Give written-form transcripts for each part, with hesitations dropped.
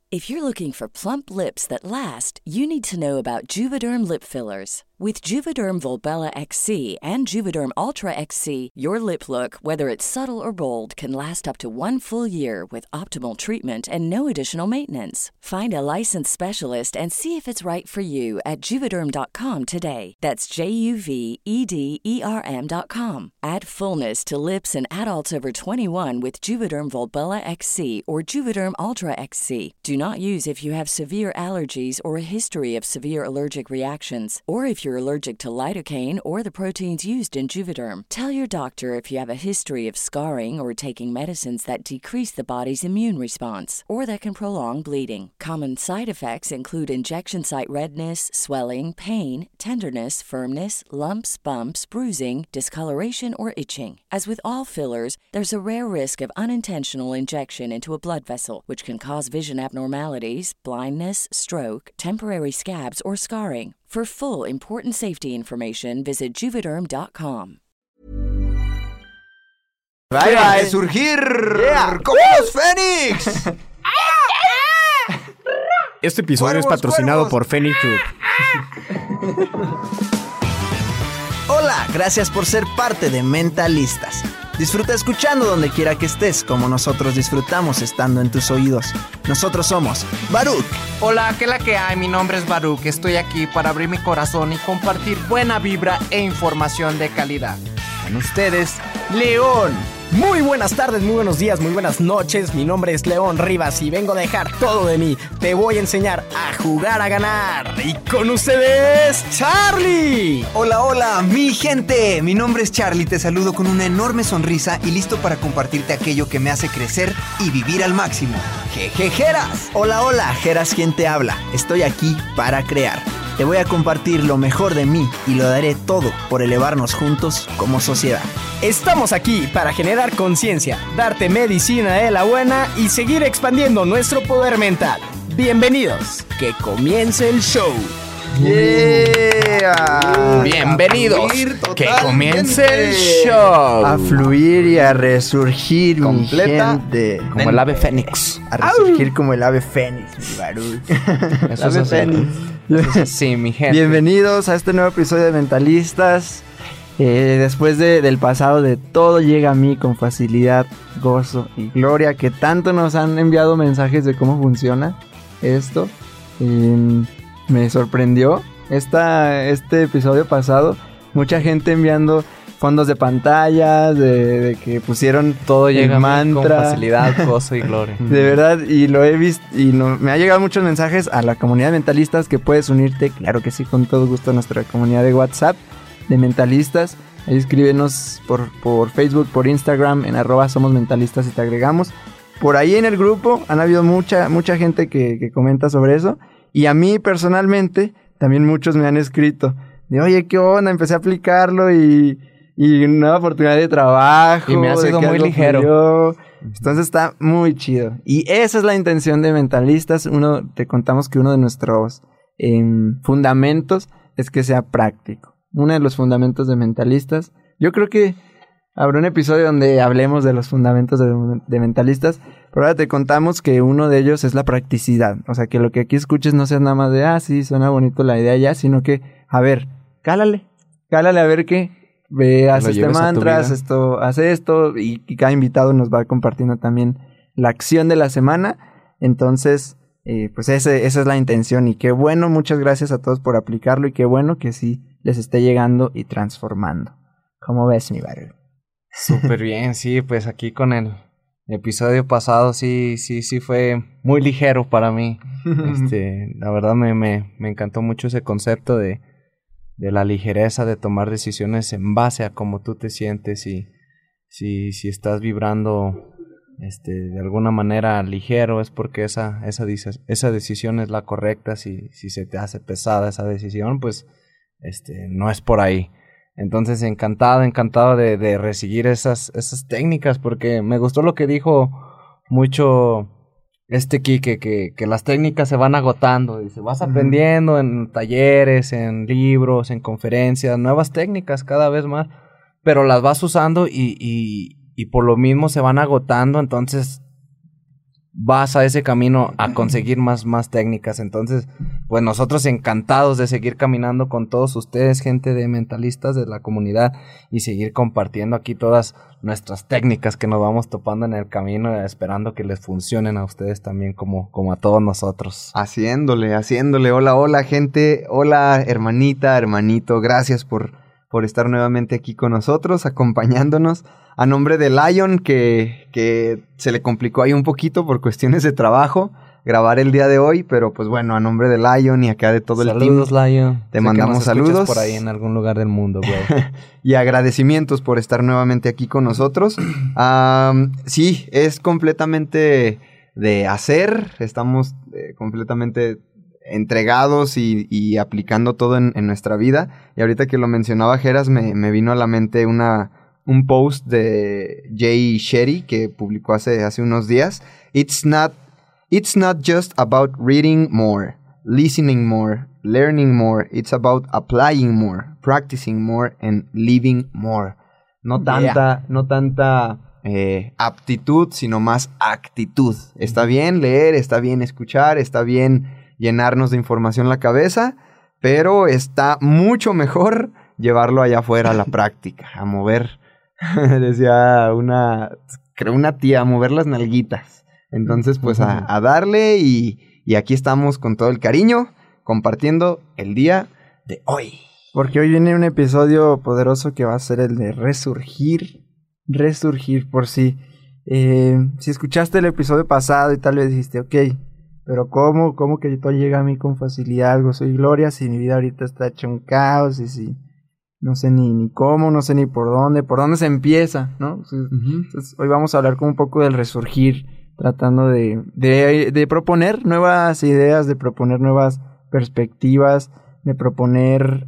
If you're looking for plump lips that last, you need to know about Juvederm lip fillers. With Juvederm Volbella XC and Juvederm Ultra XC, your lip look, whether it's subtle or bold, can last up to 1 full year with optimal treatment and no additional maintenance. Find a licensed specialist and see if it's right for you at Juvederm.com today. That's JUVEDERM.com. Add fullness to lips in adults over 21 with Juvederm Volbella XC or Juvederm Ultra XC. Do not use if you have severe allergies or a history of severe allergic reactions, or if you're allergic to lidocaine or the proteins used in Juvederm. Tell your doctor if you have a history of scarring or taking medicines that decrease the body's immune response or that can prolong bleeding. Common side effects include injection site redness, swelling, pain, tenderness, firmness, lumps, bumps, bruising, discoloration, or itching. As with all fillers, there's a rare risk of unintentional injection into a blood vessel, which can cause vision abnormalities, blindness, stroke, temporary scabs, or scarring. For full, important safety information, visit Juvederm.com. ¡Va a resurgir! ¡Como los Fénix! Este episodio es patrocinado por Fénix Group. Hola, gracias por ser parte de Mentalistas. Disfruta escuchando donde quiera que estés, como nosotros disfrutamos estando en tus oídos. Nosotros somos Baruch. Hola, ¿qué la que hay? Mi nombre es Baruch. Estoy aquí para abrir mi corazón y compartir buena vibra e información de calidad. Con ustedes, León. Muy buenas tardes, muy buenos días, muy buenas noches. Mi nombre es León Rivas y vengo a dejar todo de mí. Te voy a enseñar a jugar a ganar. Y con ustedes, Charlie. Hola, hola, mi gente. Mi nombre es Charlie. Te saludo con una enorme sonrisa y listo para compartirte aquello que me hace crecer y vivir al máximo. Jejejeras. Hola, hola, Jeras, ¿quién te habla? Estoy aquí para crear. Te voy a compartir lo mejor de mí y lo daré todo por elevarnos juntos como sociedad. Estamos aquí para generar conciencia, darte medicina de la buena y seguir expandiendo nuestro poder mental. Bienvenidos, que comience el show. Yeah. Bienvenidos, que comience el show. A fluir y a resurgir, completa, mi gente. Como el ave fénix. A resurgir como el ave fénix, mi Baruch. Eso es así. Sí, mi gente. Bienvenidos a este nuevo episodio de Mentalistas. Después del pasado de todo llega a mí con facilidad, gozo y gloria, que tanto nos han enviado mensajes de cómo funciona esto. Me sorprendió este episodio pasado, mucha gente enviando fondos de pantalla, de que pusieron todo llega el mantra con facilidad, gozo y gloria. De verdad, y lo he visto y me ha llegado muchos mensajes a la comunidad de Mentalistas, que puedes unirte, claro que sí, con todo gusto a nuestra comunidad de WhatsApp de Mentalistas. Ahí escríbenos por Facebook, por Instagram, en @somosmentalistas y te agregamos. Por ahí en el grupo han habido mucha gente que comenta sobre eso. Y a mí personalmente, también muchos me han escrito de, oye, ¿qué onda? Empecé a aplicarlo y una oportunidad de trabajo. Y me ha sido muy ligero. Fluyó. Entonces está muy chido. Y esa es la intención de Mentalistas. Te contamos que uno de nuestros fundamentos es que sea práctico. Uno de los fundamentos de Mentalistas. Yo creo que habrá un episodio donde hablemos de los fundamentos de Mentalistas. Pero ahora te contamos que uno de ellos es la practicidad. O sea, que lo que aquí escuches no sea nada más de, sí, suena bonito la idea ya, sino que, a ver, cálale a ver qué. Haz este mantra, haz esto, y cada invitado nos va compartiendo también la acción de la semana. Entonces, pues esa es la intención. Y qué bueno, muchas gracias a todos por aplicarlo y qué bueno que sí les esté llegando y transformando. ¿Cómo ves, mi barrio? Súper bien, sí, pues aquí con el episodio pasado sí fue muy ligero para mí. La verdad me encantó mucho ese concepto de la ligereza de tomar decisiones en base a cómo tú te sientes y si estás vibrando de alguna manera ligero es porque esa decisión es la correcta. Si se te hace pesada esa decisión, pues no es por ahí. Entonces encantado de recibir esas técnicas, porque me gustó lo que dijo mucho Kike, que las técnicas se van agotando, y se vas aprendiendo en talleres, en libros, en conferencias, nuevas técnicas cada vez más, pero las vas usando y por lo mismo se van agotando. Entonces vas a ese camino a conseguir más técnicas. Entonces, pues nosotros encantados de seguir caminando con todos ustedes, gente de mentalistas de la comunidad, y seguir compartiendo aquí todas nuestras técnicas que nos vamos topando en el camino, esperando que les funcionen a ustedes también como a todos nosotros. Haciéndole. Hola, gente. Hola, hermanita, hermanito. Gracias por estar nuevamente aquí con nosotros, acompañándonos. A nombre de Lion, que se le complicó ahí un poquito por cuestiones de trabajo grabar el día de hoy, pero pues bueno, a nombre de Lion y acá de todo el team. Saludos, Lion. Te mandamos saludos. Por ahí en algún lugar del mundo, güey. Y agradecimientos por estar nuevamente aquí con nosotros. Sí, es completamente de hacer. Estamos completamente entregados y aplicando todo en nuestra vida. Y ahorita que lo mencionaba Geras, me vino a la mente un post de Jay Shetty que publicó hace unos días. It's not just about reading more, listening more, learning more. It's about applying more, practicing more, and living more. No tanta aptitud, sino más actitud. Está bien leer, está bien escuchar, está bien llenarnos de información la cabeza, pero está mucho mejor llevarlo allá afuera a la práctica, a mover, decía una tía, a mover las nalguitas. Entonces, pues a darle y aquí estamos con todo el cariño, compartiendo el día de hoy. Porque hoy viene un episodio poderoso que va a ser el de resurgir por sí. Si escuchaste el episodio pasado y tal vez dijiste, ok, pero ¿cómo que todo llega a mí con facilidad? Algo soy Gloria, si mi vida ahorita está hecha un caos y si no sé ni cómo, no sé ni por dónde se empieza, ¿no? Entonces, hoy vamos a hablar como un poco del resurgir, tratando de proponer nuevas ideas, de proponer nuevas perspectivas, de proponer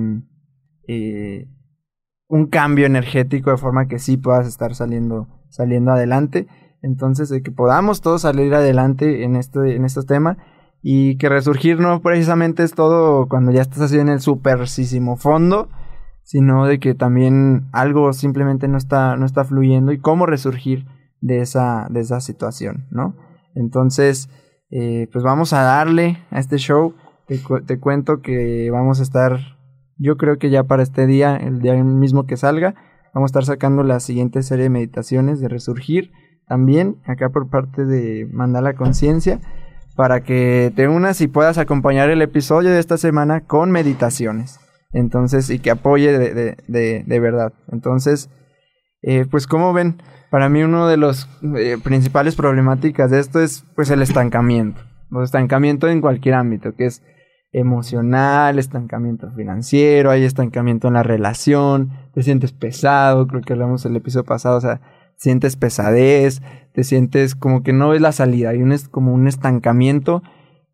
un cambio energético de forma que sí puedas estar saliendo adelante. Entonces, de que podamos todos salir adelante en este tema, y que resurgir no precisamente es todo cuando ya estás así en el supersísimo fondo, sino de que también algo simplemente no está fluyendo, y cómo resurgir de esa situación, ¿no? Entonces, pues vamos a darle a este show. Te cuento que vamos a estar, yo creo que ya para este día, el día mismo que salga, vamos a estar sacando la siguiente serie de meditaciones de resurgir, también acá por parte de Mandala Conciencia, para que te unas y puedas acompañar el episodio de esta semana con meditaciones. Entonces, y que apoye de verdad. Entonces, pues como ven, para mí uno de los principales problemáticas de esto es pues el estancamiento. El estancamiento en cualquier ámbito, que es emocional, estancamiento financiero, hay estancamiento en la relación, te sientes pesado, creo que hablamos el episodio pasado, o sea, sientes pesadez, te sientes como que no ves la salida, hay como un estancamiento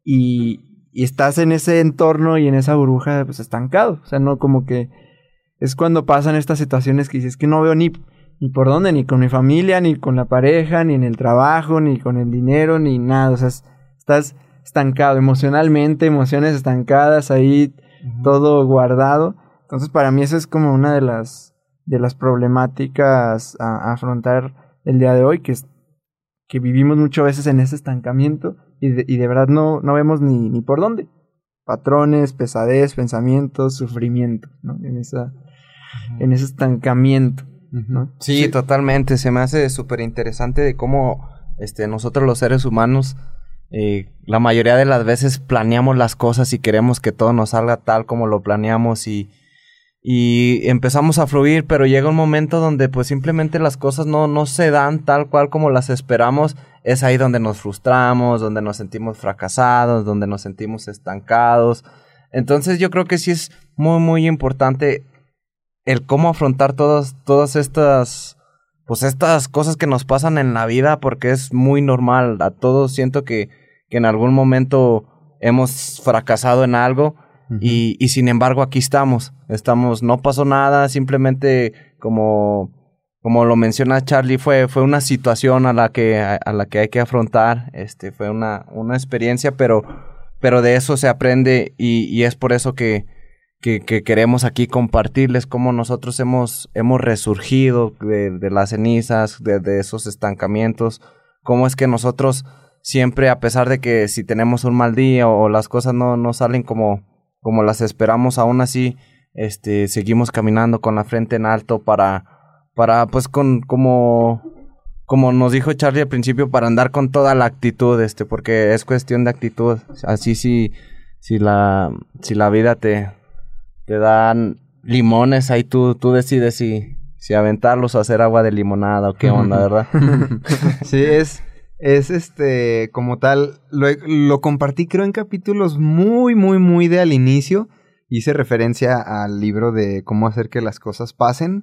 y estás en ese entorno y en esa burbuja pues estancado, o sea, no, como que es cuando pasan estas situaciones que dices que no veo ni por dónde, ni con mi familia, ni con la pareja, ni en el trabajo, ni con el dinero, ni nada, o sea, estás estancado emocionalmente, emociones estancadas ahí, todo guardado. Entonces para mí eso es como una de las problemáticas a afrontar el día de hoy, que vivimos muchas veces en ese estancamiento y de verdad no vemos ni por dónde. Patrones, pesadez, pensamientos, sufrimiento, ¿no? En ese estancamiento, ¿no? Sí, totalmente. Se me hace súper interesante de cómo nosotros los seres humanos la mayoría de las veces planeamos las cosas y queremos que todo nos salga tal como lo planeamos y empezamos a fluir, pero llega un momento donde pues simplemente las cosas no se dan tal cual como las esperamos. Es ahí donde nos frustramos, donde nos sentimos fracasados, donde nos sentimos estancados. Entonces yo creo que sí es muy muy importante el cómo afrontar todas estas cosas que nos pasan en la vida, porque es muy normal. A todos siento que en algún momento hemos fracasado en algo y sin embargo aquí estamos, no pasó nada, simplemente como lo menciona Charlie, fue una situación a la que hay que afrontar, fue una experiencia, pero de eso se aprende y es por eso que queremos aquí compartirles cómo nosotros hemos resurgido de las cenizas, de esos estancamientos, cómo es que nosotros siempre, a pesar de que si tenemos un mal día o las cosas no salen como las esperamos, aún así, seguimos caminando con la frente en alto para pues como nos dijo Charlie al principio, para andar con toda la actitud, porque es cuestión de actitud. Así si la vida te dan limones, ahí tú decides si aventarlos o hacer agua de limonada o qué onda, ¿verdad? Sí, es como tal, lo compartí creo en capítulos muy, muy, muy de al inicio. Hice referencia al libro de Cómo hacer que las cosas pasen,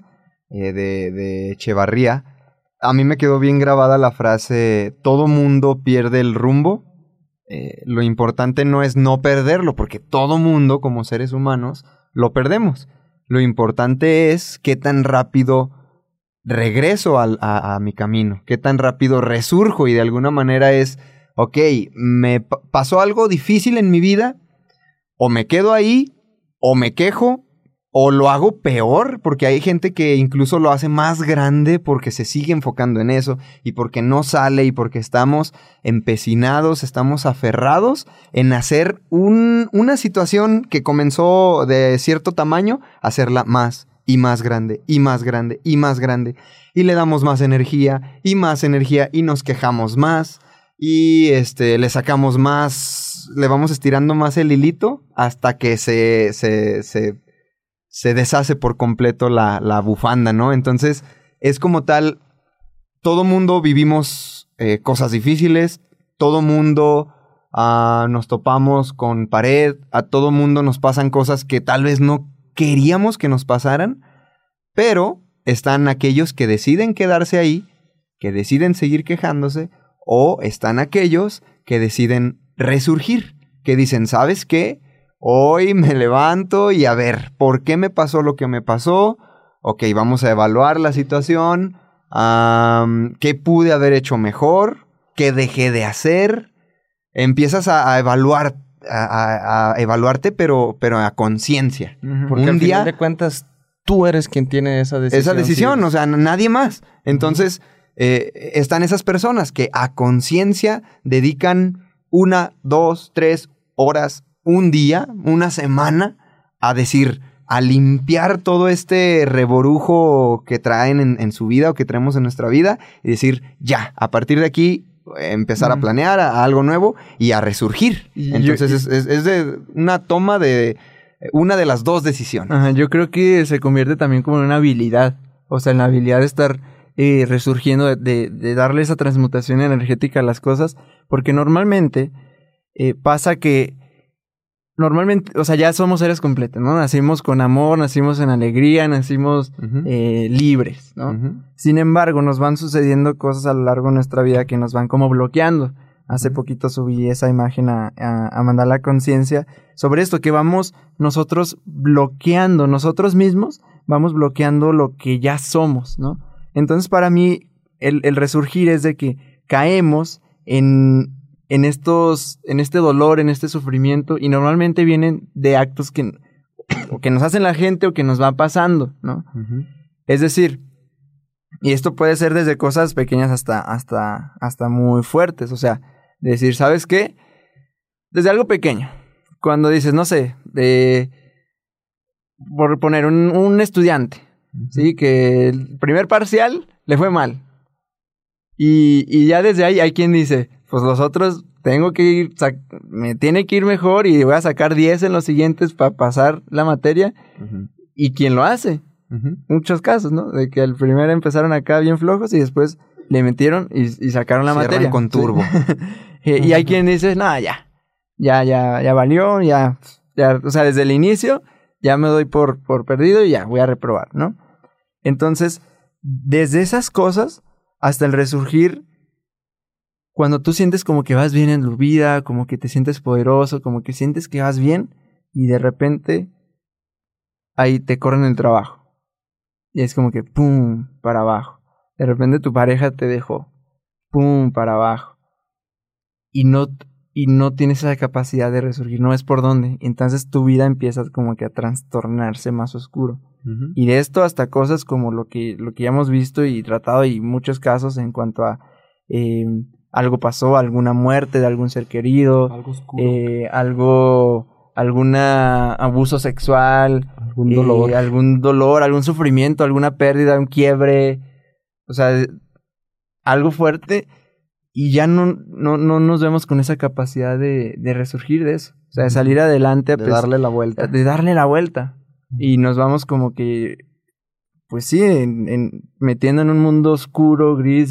de Echevarría. A mí me quedó bien grabada la frase, todo mundo pierde el rumbo. Lo importante no es no perderlo, porque todo mundo, como seres humanos, lo perdemos. Lo importante es qué tan rápido regreso a mi camino, qué tan rápido resurjo, y de alguna manera es, ok, me pasó algo difícil en mi vida, o me quedo ahí, o me quejo, o lo hago peor, porque hay gente que incluso lo hace más grande porque se sigue enfocando en eso, y porque no sale, y porque estamos empecinados, estamos aferrados en hacer una situación que comenzó de cierto tamaño, hacerla más y más grande, y más grande, y más grande. Y le damos más energía, y nos quejamos más, y le sacamos más, le vamos estirando más el hilito hasta que se deshace por completo la bufanda, ¿no? Entonces, es como tal, todo mundo vivimos cosas difíciles, todo mundo nos topamos con pared, a todo mundo nos pasan cosas que tal vez no queríamos que nos pasaran, pero están aquellos que deciden quedarse ahí, que deciden seguir quejándose, o están aquellos que deciden resurgir, que dicen, ¿sabes qué? Hoy me levanto y a ver, ¿por qué me pasó lo que me pasó? Ok, vamos a evaluar la situación, ¿qué pude haber hecho mejor? ¿Qué dejé de hacer? Empiezas a evaluar, a evaluarte, pero a conciencia. Porque al final de cuentas, tú eres quien tiene esa decisión. Esa decisión, sí. O sea, nadie más. Entonces, están esas personas que a conciencia dedican 1, 2, 3 horas, un día, una semana, a decir, a limpiar todo este reborujo que traen en su vida o que traemos en nuestra vida, y decir, ya, a partir de aquí, empezar a planear a algo nuevo y a resurgir. Entonces es de una toma de una de las dos decisiones. Ajá, yo creo que se convierte también como en una habilidad. O sea, en la habilidad de estar resurgiendo, de darle esa transmutación energética a las cosas. Porque normalmente pasa que o sea, ya somos seres completos, ¿no? Nacimos con amor, nacimos en alegría, nacimos libres, ¿no? Sin embargo, nos van sucediendo cosas a lo largo de nuestra vida que nos van como bloqueando. Hace poquito subí esa imagen a mandar la conciencia sobre esto, que vamos nosotros bloqueando, nosotros mismos vamos bloqueando lo que ya somos, ¿no? Entonces, para mí, el resurgir es de que caemos en este dolor, en este sufrimiento, y normalmente vienen de actos que nos hacen la gente o que nos va pasando, ¿no? Es decir, y esto puede ser desde cosas pequeñas hasta muy fuertes, o sea, decir, ¿sabes qué? Desde algo pequeño, cuando dices, no sé, por poner un estudiante, ¿sí? Que el primer parcial le fue mal, y ya desde ahí hay quien dice, pues los otros me tiene que ir mejor y voy a sacar 10 en los siguientes para pasar la materia. ¿Y quién lo hace? Muchos casos, ¿no? De que al primero empezaron acá bien flojos y después le metieron y sacaron la materia. Con turbo. ¿Sí? Y hay quien dice, no, ya valió, ya, o sea, desde el inicio ya me doy por perdido y ya voy a reprobar, ¿no? Entonces, desde esas cosas hasta el resurgir, cuando tú sientes como que vas bien en tu vida, como que te sientes poderoso, como que sientes que vas bien, y de repente ahí te corren el trabajo. Y es como que pum, para abajo. De repente tu pareja te dejó, pum, para abajo. Y no tienes esa capacidad de resurgir, no es por dónde. Entonces tu vida empieza como que a trastornarse más oscuro. Y de esto hasta cosas como lo que ya hemos visto y tratado, y muchos casos en cuanto a algo pasó, alguna muerte de algún ser querido, Algo oscuro. algún abuso sexual, algún dolor, algún sufrimiento, alguna pérdida, un quiebre, o sea, algo fuerte, y ya no nos vemos con esa capacidad de resurgir de eso, o sea, de salir adelante, De darle la vuelta. de darle la vuelta, y nos vamos como que, pues sí, metiendo en un mundo oscuro, gris,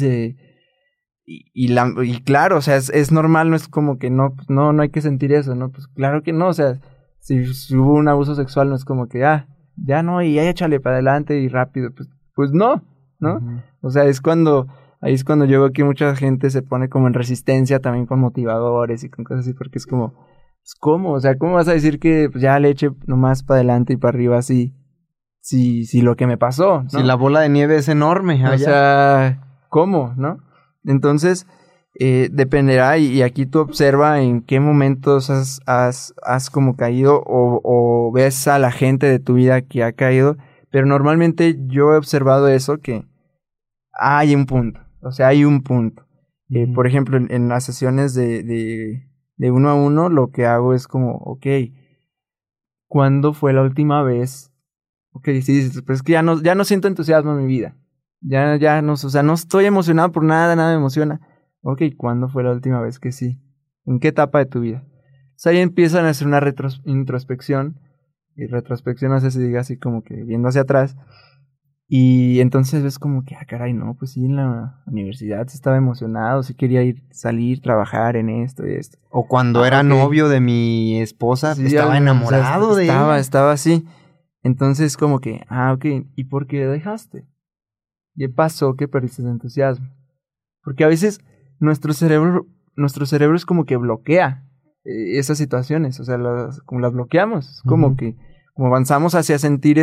y claro, o sea, es normal, no es como que no hay que sentir eso, ¿no? Pues claro que no, o sea, si hubo un abuso sexual, no es como que, ya no, y ya échale para adelante y rápido, pues no, ¿no? Ujú. O sea, ahí es cuando yo veo que mucha gente se pone como en resistencia también con motivadores y con cosas así, porque es como, pues, ¿cómo? O sea, ¿cómo vas a decir que pues, ya le eche nomás para adelante y para arriba así? Si lo que me pasó, ¿no? Si la bola de nieve es enorme. O sea, ¿cómo, no? Entonces, dependerá, y aquí tú observa en qué momentos has como caído o ves a la gente de tu vida que ha caído, pero normalmente yo he observado eso, que hay un punto, o sea, hay un punto. Por ejemplo, en las sesiones de 1 a 1, lo que hago es como, ok, ¿cuándo fue la última vez? Ok, sí, dices, pero es que ya no siento entusiasmo en mi vida. Ya no, o sea, no estoy emocionado por nada me emociona. Ok, ¿cuándo fue la última vez que sí? ¿En qué etapa de tu vida? O sea, ahí empiezan a hacer una introspección. Y retrospección, no sé si diga así como que viendo hacia atrás. Y entonces ves como que, caray, no, pues sí, en la universidad sí estaba emocionado, sí quería salir, trabajar en esto y esto. O cuando era ok. novio de mi esposa, Sí, estaba enamorado de ella. Estaba así. Entonces como que, ok, ¿y por qué dejaste? ¿Qué pasó que perdiste ese entusiasmo? Porque a veces nuestro cerebro es como que bloquea esas situaciones, o sea, como las bloqueamos, como que como avanzamos hacia sentir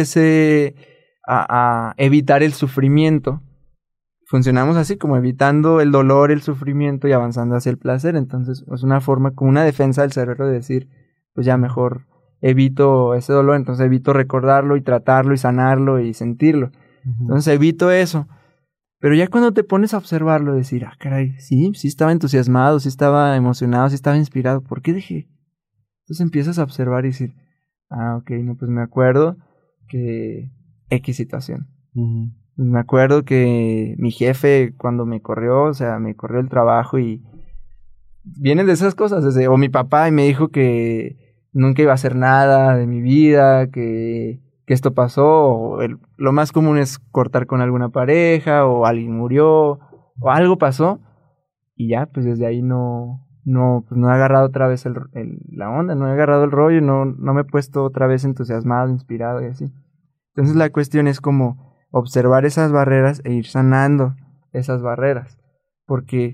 a evitar el sufrimiento, funcionamos así, como evitando el dolor, el sufrimiento y avanzando hacia el placer. Entonces es una forma, como una defensa del cerebro de decir, pues ya mejor evito ese dolor, entonces evito recordarlo y tratarlo y sanarlo y sentirlo. Entonces evito eso. Pero ya cuando te pones a observarlo, decir, caray, sí estaba entusiasmado, sí estaba emocionado, sí estaba inspirado, ¿por qué dejé? Entonces empiezas a observar y decir, ok, no, pues me acuerdo que X situación. Me acuerdo que mi jefe cuando me corrió, o sea, me corrió el trabajo y vienen de esas cosas, o mi papá y me dijo que nunca iba a hacer nada de mi vida, que esto pasó, o lo más común es cortar con alguna pareja, o alguien murió, o algo pasó, y ya, pues desde ahí no he agarrado otra vez la onda, no he agarrado el rollo, no me he puesto otra vez entusiasmado, inspirado y así. Entonces la cuestión es como observar esas barreras e ir sanando esas barreras, porque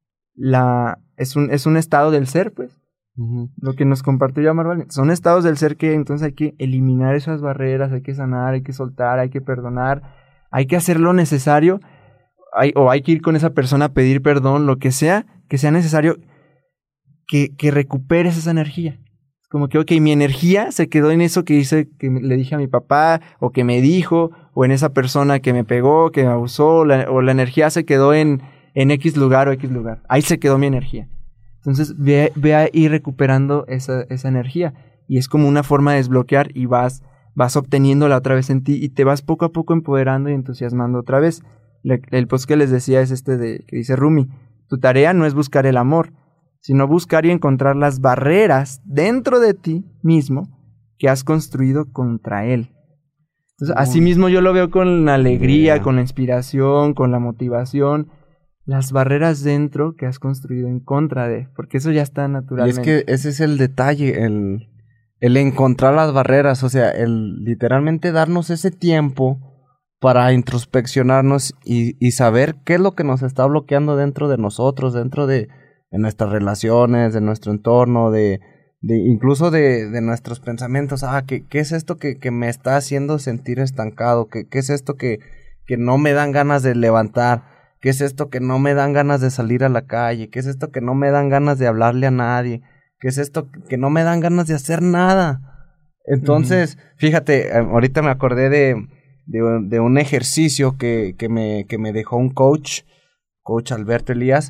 es un estado del ser, pues. Lo que nos compartió ya Marvel, son estados del ser que entonces hay que eliminar esas barreras, hay que sanar, hay que soltar, hay que perdonar, hay que hacer lo necesario, o hay que ir con esa persona a pedir perdón, lo que sea necesario que recuperes esa energía. Como que, ok, mi energía se quedó en eso que le dije a mi papá, o que me dijo, o en esa persona que me pegó, que me abusó, o la energía se quedó en X lugar o X lugar. Ahí se quedó mi energía. Entonces ve a ir recuperando esa energía, y es como una forma de desbloquear, y vas obteniéndola otra vez en ti, y te vas poco a poco empoderando y entusiasmando otra vez. El post que les decía es que dice Rumi: tu tarea no es buscar el amor, sino buscar y encontrar las barreras dentro de ti mismo que has construido contra él. Entonces, así mismo yo lo veo con la alegría, con la inspiración, con la motivación, las barreras dentro que has construido en contra de, porque eso ya está naturalmente. Y es que ese es el detalle, el encontrar las barreras, o sea, el literalmente darnos ese tiempo para introspeccionarnos y saber qué es lo que nos está bloqueando dentro de nosotros, dentro de nuestras relaciones, de nuestro entorno, incluso de nuestros pensamientos. ¿Qué es esto que me está haciendo sentir estancado? ¿Qué es esto que no me dan ganas de levantar? ¿Qué es esto que no me dan ganas de salir a la calle? ¿Qué es esto que no me dan ganas de hablarle a nadie? ¿Qué es esto que no me dan ganas de hacer nada? Entonces, fíjate, ahorita me acordé de un ejercicio que me dejó un coach Alberto Elías.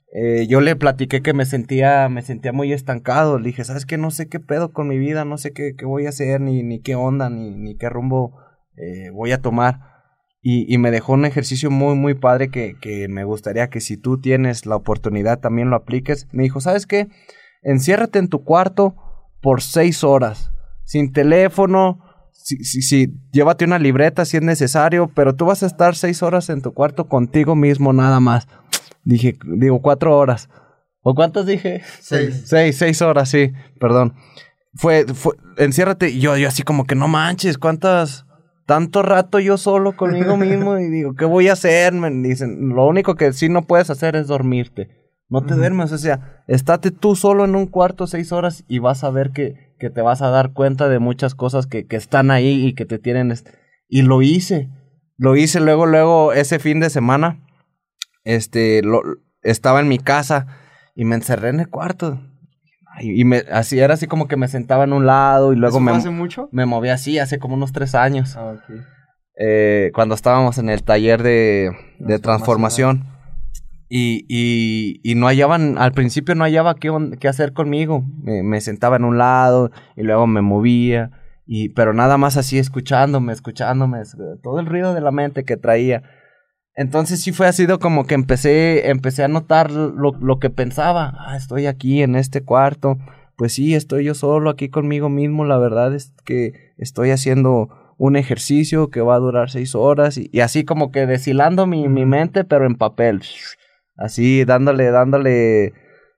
yo le platiqué que me sentía muy estancado. Le dije, ¿sabes qué? No sé qué pedo con mi vida, no sé qué voy a hacer, ni qué onda, ni qué rumbo voy a tomar. Y me dejó un ejercicio muy, muy padre que me gustaría que si tú tienes la oportunidad también lo apliques. Me dijo, ¿sabes qué? Enciérrate en tu cuarto por 6 horas, sin teléfono, llévate una libreta si es necesario, pero tú vas a estar 6 horas en tu cuarto contigo mismo nada más. Digo 4 horas. ¿O cuántas dije? 6 horas, sí, perdón. Enciérrate, y yo así como que no manches, tanto rato yo solo conmigo mismo, y digo, ¿qué voy a hacer? Me dicen, lo único que sí no puedes hacer es dormirte. No te duermes, o sea, estate tú solo en un cuarto 6 horas y vas a ver que te vas a dar cuenta de muchas cosas que están ahí y que te tienen... Y lo hice luego ese fin de semana, estaba en mi casa y me encerré en el cuarto. Así era así como que me sentaba en un lado y luego ¿Eso fue hace mucho? Me movía así, hace como unos 3 años. Ah, ok. Cuando estábamos en el taller de transformación. Y no hallaban, al principio no hallaba qué hacer conmigo. Me sentaba en un lado y luego me movía. Pero nada más así escuchándome, todo el ruido de la mente que traía. Entonces sí fue así como que empecé a notar lo que pensaba. Estoy aquí en este cuarto. Pues sí, estoy yo solo aquí conmigo mismo. La verdad es que estoy haciendo un ejercicio que va a durar 6 horas. Y así como que deshilando mi mente, pero en papel. Así dándole,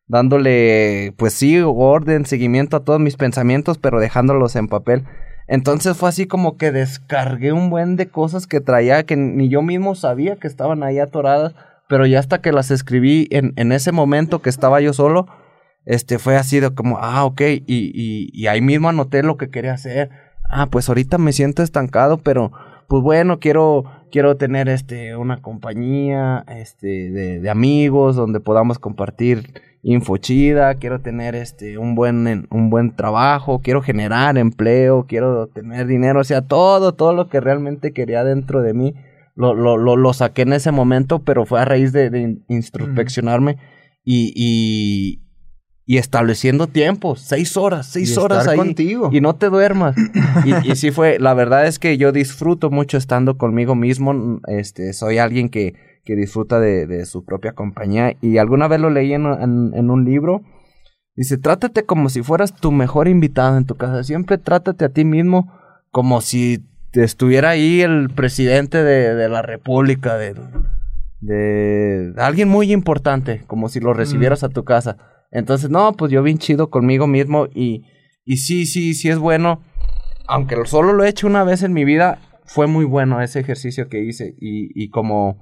pues sí, orden, seguimiento a todos mis pensamientos, pero dejándolos en papel. Entonces fue así como que descargué un buen de cosas que traía, que ni yo mismo sabía que estaban ahí atoradas, pero ya hasta que las escribí en ese momento que estaba yo solo, fue así de como, ok, y ahí mismo anoté lo que quería hacer. Pues ahorita me siento estancado, pero pues bueno, quiero tener una compañía de amigos donde podamos compartir info chida, quiero tener un buen trabajo, quiero generar empleo, quiero tener dinero, o sea, todo lo que realmente quería dentro de mí lo saqué en ese momento, pero fue a raíz de introspeccionarme y estableciendo tiempos, 6 horas, 6 horas ahí contigo. Y no te duermas. y sí fue, la verdad es que yo disfruto mucho estando conmigo mismo. Soy alguien que disfruta de su propia compañía, y alguna vez lo leí en un libro. Dice, trátate como si fueras tu mejor invitado en tu casa, siempre trátate a ti mismo como si estuviera ahí el presidente de la república, de alguien muy importante, como si lo recibieras a tu casa. Entonces, no, pues yo bien chido conmigo mismo, y sí es bueno, aunque solo lo he hecho una vez en mi vida, fue muy bueno ese ejercicio que hice, y como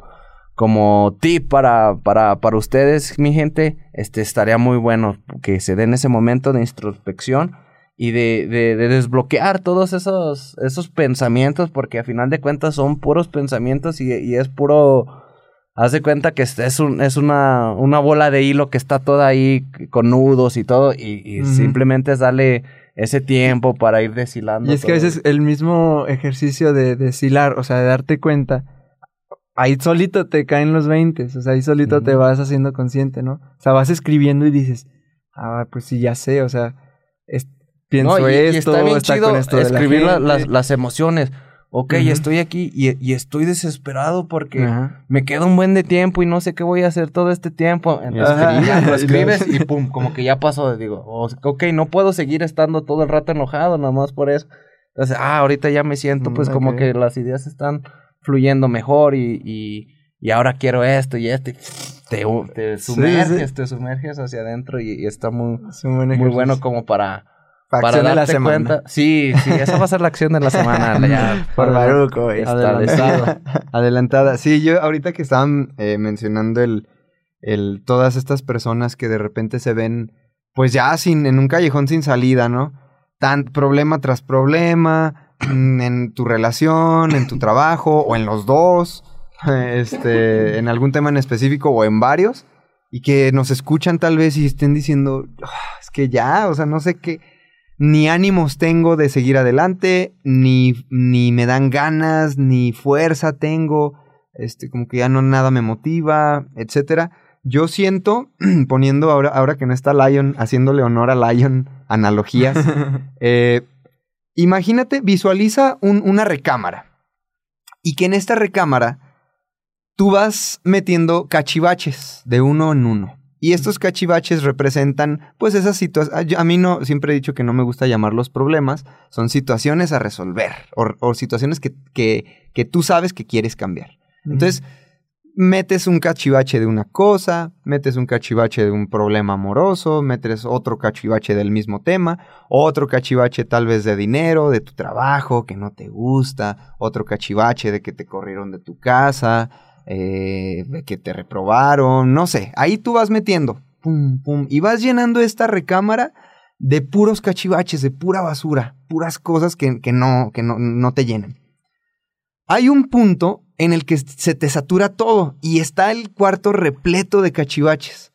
tip para ustedes, mi gente, estaría muy bueno que se den ese momento de introspección y de desbloquear todos esos pensamientos, porque a final de cuentas son puros pensamientos y es puro... Haz de cuenta que es una bola de hilo que está toda ahí con nudos y todo, y simplemente es darle ese tiempo para ir deshilando. Y es que a veces el mismo ejercicio de deshilar, o sea, de darte cuenta, ahí solito te caen los 20, o sea, ahí solito te vas haciendo consciente, ¿no? O sea, vas escribiendo y dices, pues sí, ya sé, o sea, pienso esto, está bien está chido con esto de escribir la gente. las emociones. Ok, estoy aquí y estoy desesperado porque me queda un buen de tiempo y no sé qué voy a hacer todo este tiempo. Entonces ya lo escribes y pum, como que ya pasó. Digo, ok, no puedo seguir estando todo el rato enojado nada más por eso. Entonces, ahorita ya me siento pues como que las ideas están fluyendo mejor y ahora quiero esto y esto. Te sumerges hacia adentro y está muy bueno como para acción de la darte semana. Cuenta. Sí, esa va a ser la acción de la semana. Ya, por Baruco, güey. Adelantada. Sí, yo ahorita que estaban mencionando todas estas personas que de repente se ven, pues ya en un callejón sin salida, ¿no? Problema tras problema, en tu relación, en tu trabajo, o en los dos, en algún tema en específico, o en varios, y que nos escuchan tal vez y estén diciendo, es que ya, o sea, no sé qué... Ni ánimos tengo de seguir adelante, ni me dan ganas, ni fuerza tengo, como que ya no nada me motiva, etcétera. yo siento, poniendo ahora que no está Lion, haciéndole honor a Lion, analogías, imagínate, visualiza una recámara. Y que en esta recámara tú vas metiendo cachivaches de uno en uno. Y estos cachivaches representan, pues, esas situaciones. A mí no, siempre he dicho que no me gusta llamarlos problemas. Son situaciones a resolver. O situaciones que tú sabes que quieres cambiar. Entonces, metes un cachivache de una cosa, metes un cachivache de un problema amoroso, metes otro cachivache del mismo tema, otro cachivache tal vez de dinero, de tu trabajo, que no te gusta, otro cachivache de que te corrieron de tu casa, de que te reprobaron, no sé. Ahí tú vas metiendo, pum, pum, y vas llenando esta recámara de puros cachivaches, de pura basura, puras cosas que no te llenan. Hay un punto en el que se te satura todo y está el cuarto repleto de cachivaches.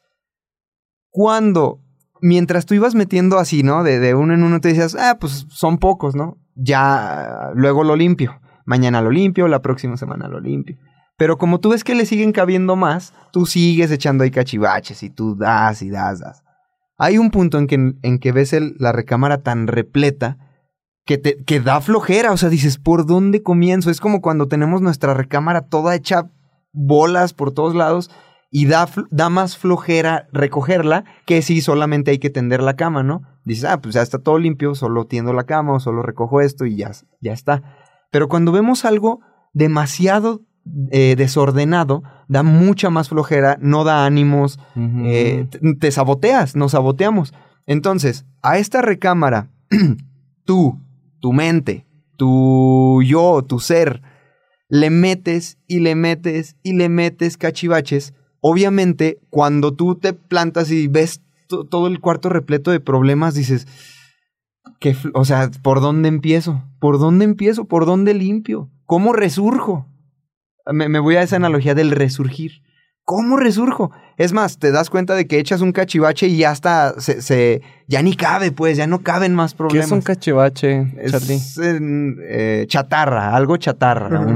Mientras tú ibas metiendo así, ¿no? De uno en uno te decías, pues son pocos, ¿no? Ya luego lo limpio. Mañana lo limpio, la próxima semana lo limpio. Pero como tú ves que le siguen cabiendo más, tú sigues echando ahí cachivaches y tú das y das. Hay un punto en que ves la recámara tan repleta que da flojera, o sea, dices, ¿por dónde comienzo? Es como cuando tenemos nuestra recámara toda hecha bolas por todos lados y da más flojera recogerla que si solamente hay que tender la cama, ¿no? Dices, pues ya está todo limpio, solo tiendo la cama o solo recojo esto y ya está. Pero cuando vemos algo demasiado desordenado, da mucha más flojera, no da ánimos, te saboteas, nos saboteamos. Entonces, a esta recámara, tú, tu mente, tu yo, tu ser, le metes y le metes y le metes cachivaches. Obviamente, cuando tú te plantas y ves todo el cuarto repleto de problemas, dices, o sea, ¿por dónde empiezo? ¿Por dónde empiezo? ¿Por dónde limpio? ¿Cómo resurjo? Me voy a esa analogía del resurgir. ¿Cómo resurjo? Es más, te das cuenta de que echas un cachivache y ya hasta ya ni cabe, pues, ya no caben más problemas. ¿Qué es un cachivache, Charlie? Es chatarra, algo chatarra.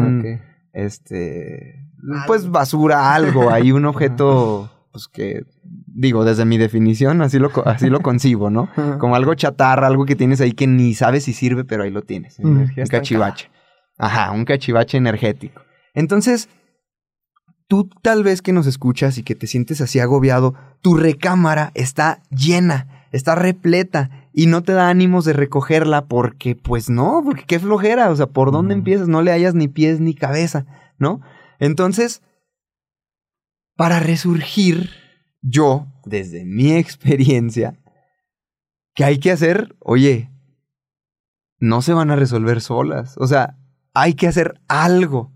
Pues basura, algo. Hay un objeto, pues que, digo, desde mi definición, así lo concibo, ¿no? Como algo chatarra, algo que tienes ahí que ni sabes si sirve, pero ahí lo tienes. Un cachivache. Ajá, un cachivache energético. Entonces, tú tal vez que nos escuchas y que te sientes así agobiado, tu recámara está llena, está repleta y no te da ánimos de recogerla porque, pues no, porque qué flojera, o sea, ¿por dónde empiezas? No le hallas ni pies ni cabeza, ¿no? Entonces, para resurgir, yo, desde mi experiencia, ¿qué hay que hacer? Oye, no se van a resolver solas, o sea, hay que hacer algo.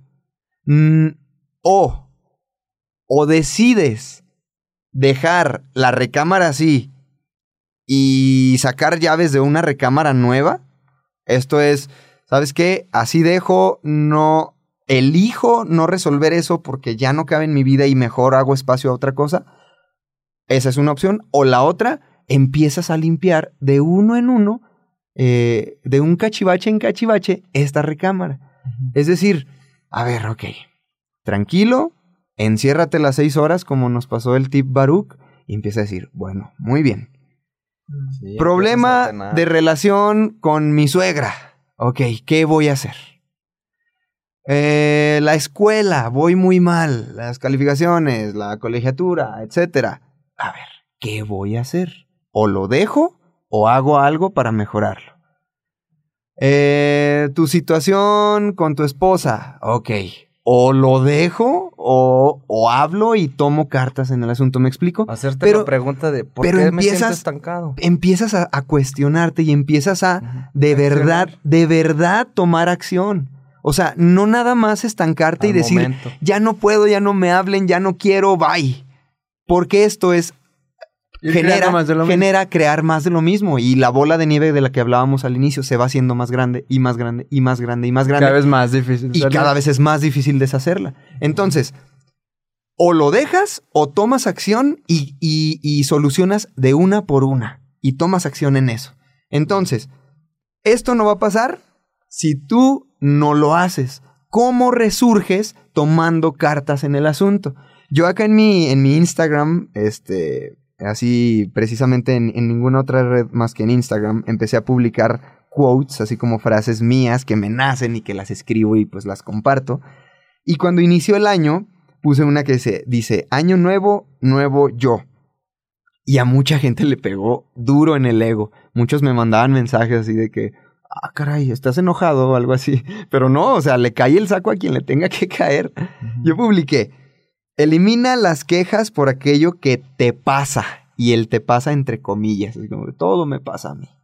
O decides dejar la recámara así y sacar llaves de una recámara nueva. Esto es, ¿sabes qué? Así elijo no resolver eso porque ya no cabe en mi vida y mejor hago espacio a otra cosa. Esa es una opción. O la otra, empiezas a limpiar de uno en uno, de un cachivache en cachivache, esta recámara. Es decir, a ver, ok, tranquilo, enciérrate las 6 horas como nos pasó el tip Baruch y empieza a decir, bueno, muy bien. Sí, problema de relación con mi suegra. Ok, ¿qué voy a hacer? La escuela, voy muy mal, las calificaciones, la colegiatura, etcétera. A ver, ¿qué voy a hacer? O lo dejo o hago algo para mejorarlo. Tu situación con tu esposa, ok, o lo dejo o hablo y tomo cartas en el asunto, ¿me explico? Hacerte la pregunta de ¿por qué me siento estancado? Empiezas a cuestionarte y empiezas a de verdad tomar acción. O sea, no nada más estancarte y decir, ya no puedo, ya no me hablen, ya no quiero, bye. Porque esto es genera crear más de lo mismo. Y la bola de nieve de la que hablábamos al inicio se va haciendo más grande y más grande y más grande y más grande. Cada vez más difícil. Y cada vez es más difícil deshacerla. Entonces, o lo dejas o tomas acción y solucionas de una por una. Y tomas acción en eso. Entonces, esto no va a pasar si tú no lo haces. ¿Cómo resurges tomando cartas en el asunto? Yo acá en mi Instagram, así precisamente en ninguna otra red más que en Instagram, empecé a publicar quotes, así como frases mías que me nacen y que las escribo y pues las comparto. Y cuando inició el año, puse una que dice, año nuevo, nuevo yo. Y a mucha gente le pegó duro en el ego. Muchos me mandaban mensajes así de que, caray, ¿estás enojado o algo así? Pero no, o sea, le cae el saco a quien le tenga que caer. Yo publiqué, elimina las quejas por aquello que te pasa. Y el te pasa entre comillas, así como que todo me pasa a mí.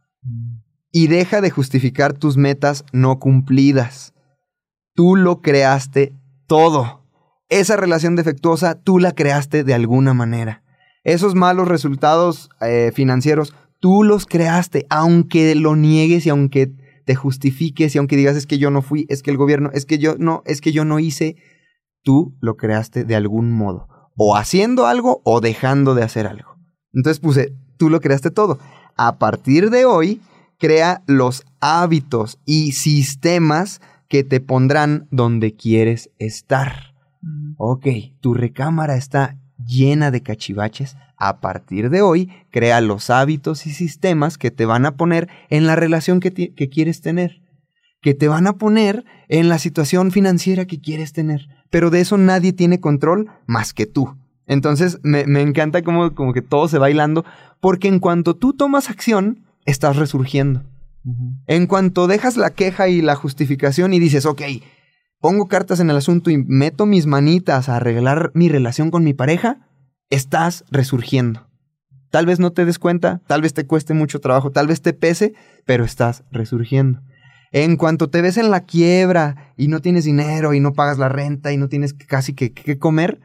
Y deja de justificar tus metas no cumplidas. Tú lo creaste todo. Esa relación defectuosa, tú la creaste de alguna manera. Esos malos resultados financieros, tú los creaste, aunque lo niegues y aunque te justifiques y aunque digas es que yo no fui, es que el gobierno, es que yo no hice, tú lo creaste de algún modo. O haciendo algo o dejando de hacer algo. Entonces puse, tú lo creaste todo. A partir de hoy, crea los hábitos y sistemas que te pondrán donde quieres estar. Ok, tu recámara está llena de cachivaches. A partir de hoy, crea los hábitos y sistemas que te van a poner en la relación que quieres tener. Que te van a poner en la situación financiera que quieres tener. Pero de eso nadie tiene control más que tú. Entonces, me encanta como que todo se va hilando. Porque en cuanto tú tomas acción, estás resurgiendo. En cuanto dejas la queja y la justificación y dices, ok, pongo cartas en el asunto y meto mis manitas a arreglar mi relación con mi pareja, estás resurgiendo. Tal vez no te des cuenta, tal vez te cueste mucho trabajo, tal vez te pese, pero estás resurgiendo. En cuanto te ves en la quiebra y no tienes dinero y no pagas la renta y no tienes casi que comer,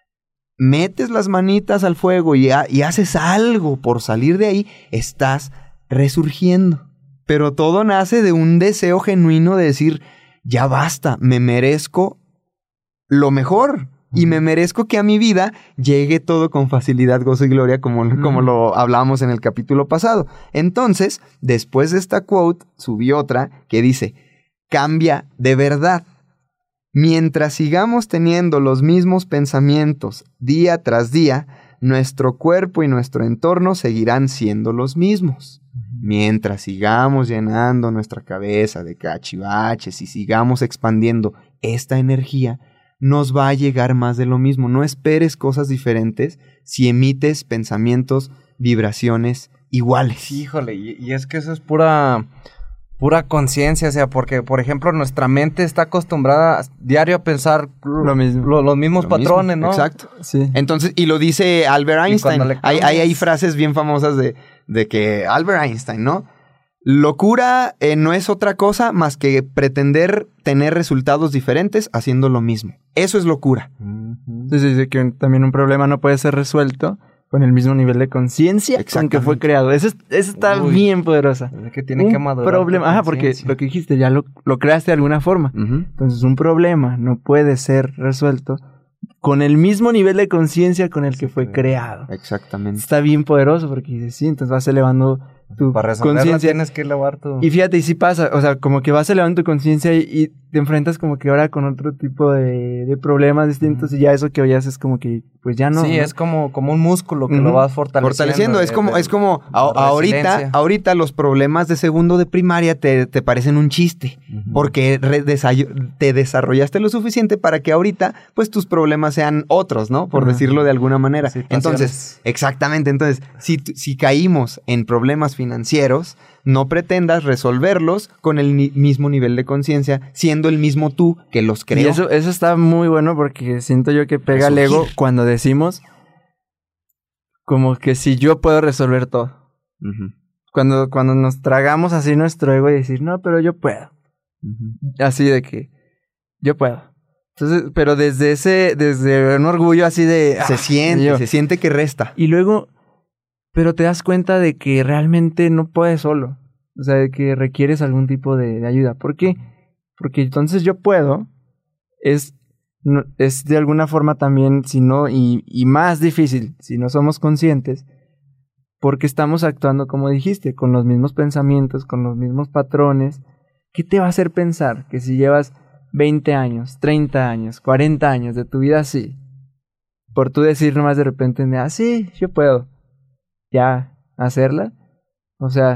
metes las manitas al fuego y haces algo por salir de ahí, estás resurgiendo. Pero todo nace de un deseo genuino de decir, ya basta, me merezco lo mejor. Y me merezco que a mi vida llegue todo con facilidad, gozo y gloria, como lo hablábamos en el capítulo pasado. Entonces, después de esta quote, subí otra que dice, cambia de verdad. Mientras sigamos teniendo los mismos pensamientos día tras día, nuestro cuerpo y nuestro entorno seguirán siendo los mismos. Mientras sigamos llenando nuestra cabeza de cachivaches y sigamos expandiendo esta energía, nos va a llegar más de lo mismo. No esperes cosas diferentes si emites pensamientos, vibraciones iguales. Híjole, y es que eso es pura conciencia, o sea, porque, por ejemplo, nuestra mente está acostumbrada diario a pensar lo mismo. Los mismos patrones, ¿no? Exacto. Sí. Entonces, y lo dice Albert Einstein. Hay frases bien famosas de que Albert Einstein, ¿no? Locura no es otra cosa más que pretender tener resultados diferentes haciendo lo mismo. Eso es locura. Entonces dice que también un problema no puede ser resuelto con el mismo nivel de conciencia con que fue creado. Eso está bien poderosa. Es que tiene que madurar. Problema, porque lo que dijiste ya lo creaste de alguna forma. Entonces un problema no puede ser resuelto con el mismo nivel de conciencia con el que fue creado. Exactamente. Está bien poderoso porque dices, sí, entonces vas elevando tu conciencia. Tienes que elevar tu... Y fíjate, y sí pasa, o sea, como que vas elevando tu conciencia y te enfrentas como que ahora con otro tipo de problemas distintos y ya eso que oías es como que, pues ya no. Sí, ¿no? es como un músculo que lo vas fortaleciendo. Es como ahorita los problemas de segundo de primaria te parecen un chiste, porque te desarrollaste lo suficiente para que ahorita, pues tus problemas sean otros, ¿no? Por decirlo de alguna manera. Entonces, exactamente, entonces, si caímos en problemas financieros, no pretendas resolverlos con el mismo nivel de conciencia, siendo el mismo tú que los creó. Y eso está muy bueno porque siento yo que pega el ego cuando decimos como que si yo puedo resolver todo. Cuando nos tragamos así nuestro ego y decir, no, pero yo puedo. Así de que yo puedo. Entonces, pero desde un orgullo así de... Se siente que resta. Y luego... Pero te das cuenta de que realmente no puedes solo. O sea, de que requieres algún tipo de ayuda. ¿Por qué? Porque entonces yo puedo. Es de alguna forma también, si no, y más difícil, si no somos conscientes, porque estamos actuando, como dijiste, con los mismos pensamientos, con los mismos patrones. ¿Qué te va a hacer pensar que si llevas 20 años, 30 años, 40 años de tu vida así, por tú decir nomás de repente, sí, yo puedo, ya, hacerla. O sea...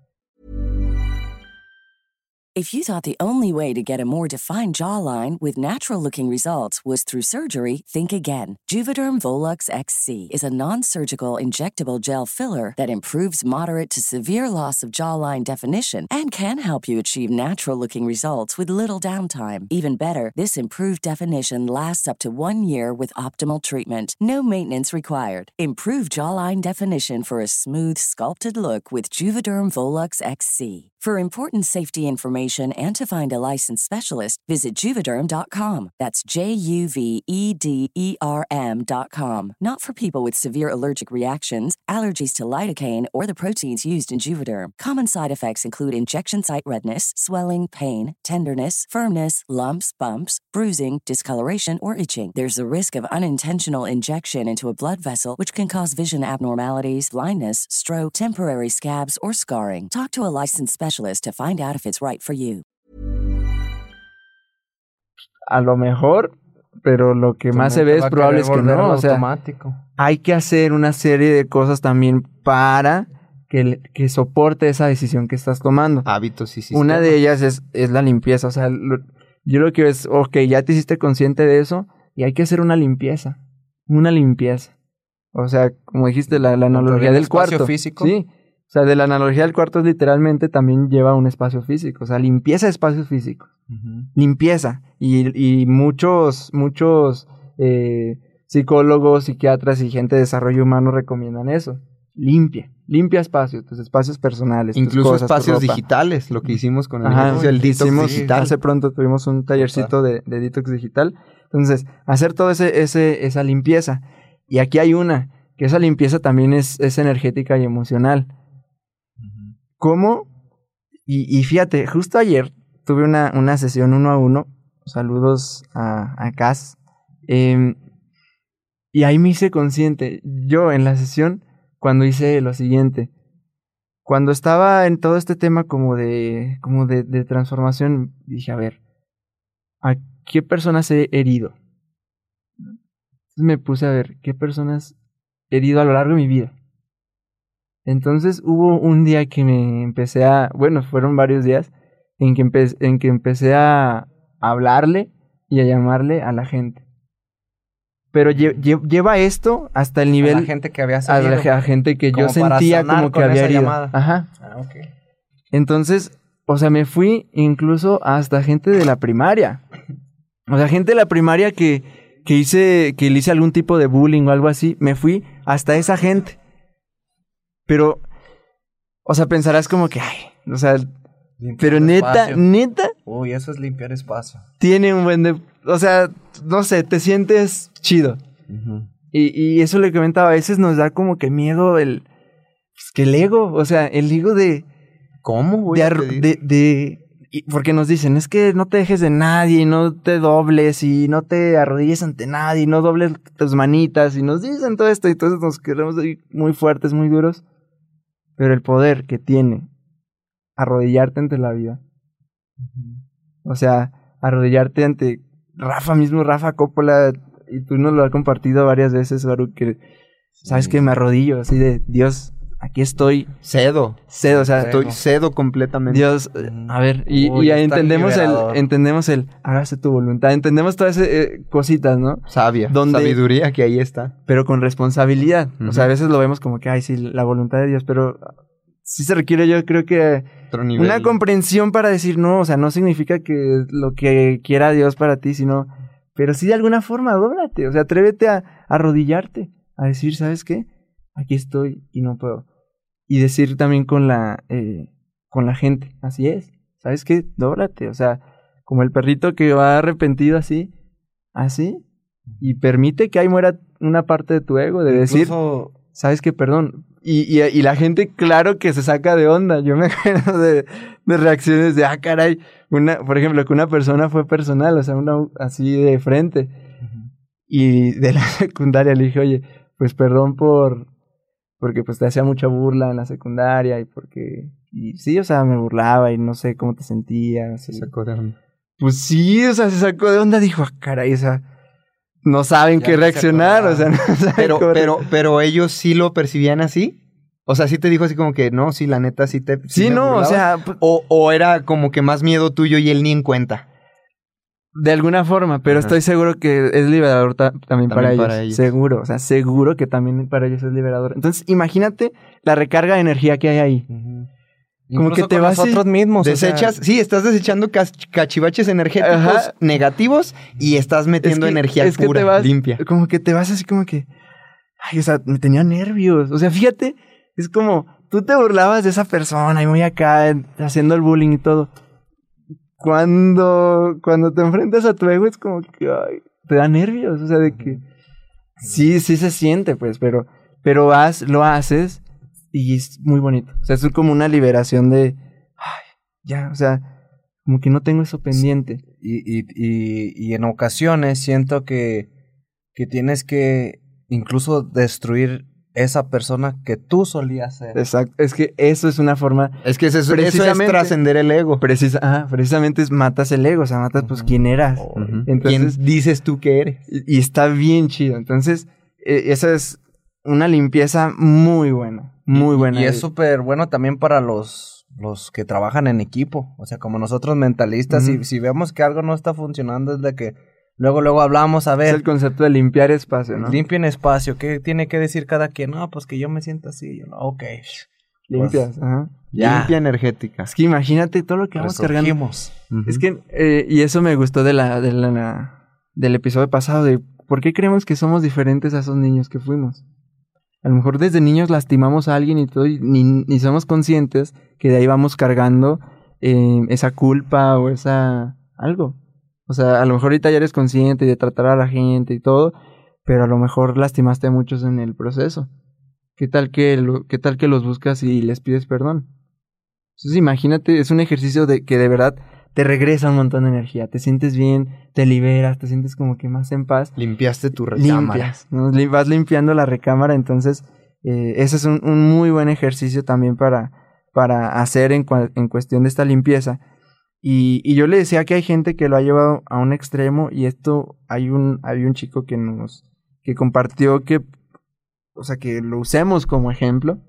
If you thought the only way to get a more defined jawline with natural-looking results was through surgery, think again. Juvederm Volux XC is a non-surgical injectable gel filler that improves moderate to severe loss of jawline definition and can help you achieve natural-looking results with little downtime. Even better, this improved definition lasts up to 1 year with optimal treatment. No maintenance required. Improve jawline definition for a smooth, sculpted look with Juvederm Volux XC. For important safety information and to find a licensed specialist, visit Juvederm.com. That's JUVEDERM.com. Not for people with severe allergic reactions, allergies to lidocaine, or the proteins used in Juvederm. Common side effects include injection site redness, swelling, pain, tenderness, firmness, lumps, bumps, bruising, discoloration, or itching. There's a risk of unintentional injection into a blood vessel, which can cause vision abnormalities, blindness, stroke, temporary scabs, or scarring. Talk to a licensed specialist to find out if it's right for you. A lo mejor, pero lo que más se ve es probable es que no. O sea, automático. Hay que hacer una serie de cosas también para que soporte esa decisión que estás tomando. Hábitos y sistemas. Una de ellas es la limpieza. O sea, yo lo que veo es, ok, ya te hiciste consciente de eso y hay que hacer una limpieza. Una limpieza. O sea, como dijiste, la analogía del cuarto. Físico. Sí. O sea, de la analogía del cuarto es literalmente también lleva un espacio físico. O sea, limpieza de espacios físicos. Uh-huh. Limpieza. Y muchos psicólogos, psiquiatras y gente de desarrollo humano recomiendan eso. Limpia espacios, tus espacios personales. Incluso tus cosas, espacios digitales, lo que hicimos con el detox digital. Hace pronto tuvimos un tallercito de detox digital. Entonces, hacer toda esa limpieza. Y aquí hay una, que esa limpieza también es energética y emocional. ¿Cómo? Y fíjate, justo ayer tuve una sesión 1-1, saludos a Cas, y ahí me hice consciente, yo en la sesión, cuando hice lo siguiente, cuando estaba en todo este tema como de transformación, dije, a ver, ¿a qué personas he herido? Entonces me puse a ver, ¿qué personas he herido a lo largo de mi vida? Entonces hubo un día que me empecé fueron varios días en que empecé a hablarle y a llamarle a la gente. Pero lleva esto hasta el nivel... A la gente que había salido. A la gente que yo sentía como que había herido. Llamada. Ajá. Okay. Entonces, o sea, me fui incluso hasta gente de la primaria. O sea, gente de la primaria que le hice algún tipo de bullying o algo así. Me fui hasta esa gente. Pero, o sea, pensarás como que, o sea, limpiar pero neta. Uy, eso es limpiar espacio. Tiene un buen o sea, no sé, te sientes chido. Uh-huh. Y eso le comentaba, a veces nos da como que miedo que el ego, o sea, el ego de... ¿Cómo, güey? Porque nos dicen, es que no te dejes de nadie, y no te dobles, y no te arrodilles ante nadie, y no dobles tus manitas, y nos dicen todo esto, y entonces nos quedamos muy fuertes, muy duros. Pero el poder que tiene arrodillarte ante la vida. O sea, arrodillarte ante Rafa Coppola, y tú nos lo has compartido varias veces, Baruch, que sabes que me arrodillo, así de, Dios, aquí estoy. Cedo, o sea, estoy cedo completamente. Dios, a ver, y entendemos hágase tu voluntad, entendemos todas esas cositas, ¿no? Sabiduría que ahí está. Pero con responsabilidad. Uh-huh. O sea, a veces lo vemos como que, sí, la voluntad de Dios, pero sí se requiere, yo creo que una comprensión para decir, no, o sea, no significa que lo que quiera Dios para ti, sino, pero sí de alguna forma, dóblate, o sea, atrévete a arrodillarte, a decir, ¿sabes qué? Aquí estoy y no puedo. Y decir también con la gente, así es, ¿sabes qué? Dóblate, o sea, como el perrito que va arrepentido así, y permite que ahí muera una parte de tu ego, de decir, ¿sabes qué? Perdón. Y la gente, claro que se saca de onda. Yo me acuerdo de reacciones de, caray, por ejemplo, que una persona fue personal, o sea, así de frente. Uh-huh. Y de la secundaria le dije, oye, pues perdón porque pues te hacía mucha burla en la secundaria y sí, o sea, me burlaba y no sé cómo te sentías. Se sacó de onda. Pues sí, o sea, se sacó de onda, dijo, caray, o sea, no saben Ya qué no se reaccionar, o sea, acordaban. no saben cómo Pero ellos sí lo percibían así. O sea, sí te dijo así como que, no, sí, la neta, sí te... Sí, me no, o burlaba. sea, O era como que más miedo tuyo y él ni en cuenta. de alguna forma, pero Ajá. estoy seguro que es liberador también para ellos. para ellos. Seguro, o sea, seguro que también para ellos es liberador. Entonces, imagínate la recarga de energía que hay ahí. Como Incluso que te con vas y nosotros mismos. o sea, Desechas, sí, estás desechando cachivaches energéticos Ajá. negativos y estás metiendo energía es que pura, te vas, limpia. Como que te vas así como que... Ay, o sea, me tenía nervios. O sea, fíjate, es como... Tú te burlabas de esa persona y muy acá haciendo el bullying y todo. Cuando te enfrentas a tu ego es como que... Ay, te da nervios. O sea, de que... Sí se siente, pues, pero lo haces y es muy bonito. O sea, es como una liberación de... Ay, ya, o sea, como que no tengo eso pendiente. Y en ocasiones siento que tienes que incluso destruir esa persona que tú solías ser. Exacto. Es que eso es una forma... Es que eso es Precisamente. trascender el ego. Precisamente matas el ego, o sea, matas pues quién eras. Ujú. Entonces, ¿Quién dices tú que eres? y está bien chido. Entonces, esa es una limpieza muy buena. Muy buena. Y es súper bueno también para los que trabajan en equipo. O sea, como nosotros mentalistas, Ujú. si vemos que algo no está funcionando, es de que luego hablamos, a Es ver, el concepto de limpiar espacio, ¿no? limpien espacio. ¿Qué tiene que decir cada quien? No, pues que yo me siento así. Yo, no, ok. Limpias, ajá. Ya. Limpia energética. Es que imagínate todo lo que vamos cargando. Resurgimos. Es que, y eso me gustó del episodio pasado, de por qué creemos que somos diferentes a esos niños que fuimos. A lo mejor desde niños lastimamos a alguien y todo, y ni somos conscientes que de ahí vamos cargando esa culpa o esa algo. O sea, a lo mejor ahorita ya eres consciente de tratar a la gente y todo, pero a lo mejor lastimaste a muchos en el proceso. ¿Qué tal que los buscas y les pides perdón? Entonces imagínate, es un ejercicio que de verdad te regresa un montón de energía, te sientes bien, te liberas, te sientes como que más en paz. Limpiaste tu recámara. Limpias, ¿no? Vas limpiando la recámara, entonces ese es un muy buen ejercicio también para hacer en cuestión de esta limpieza. Y yo le decía que hay gente que lo ha llevado a un extremo, y esto hay un chico que compartió que, o sea, que lo usemos como ejemplo,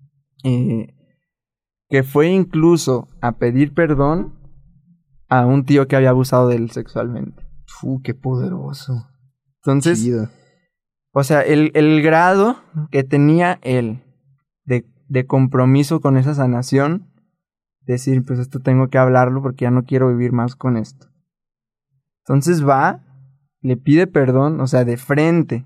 que fue incluso a pedir perdón a un tío que había abusado de él sexualmente. Qué poderoso. Entonces, Chido. o sea, el grado que tenía él de compromiso con esa sanación, decir, pues esto tengo que hablarlo porque ya no quiero vivir más con esto. Entonces va, le pide perdón, o sea, de frente.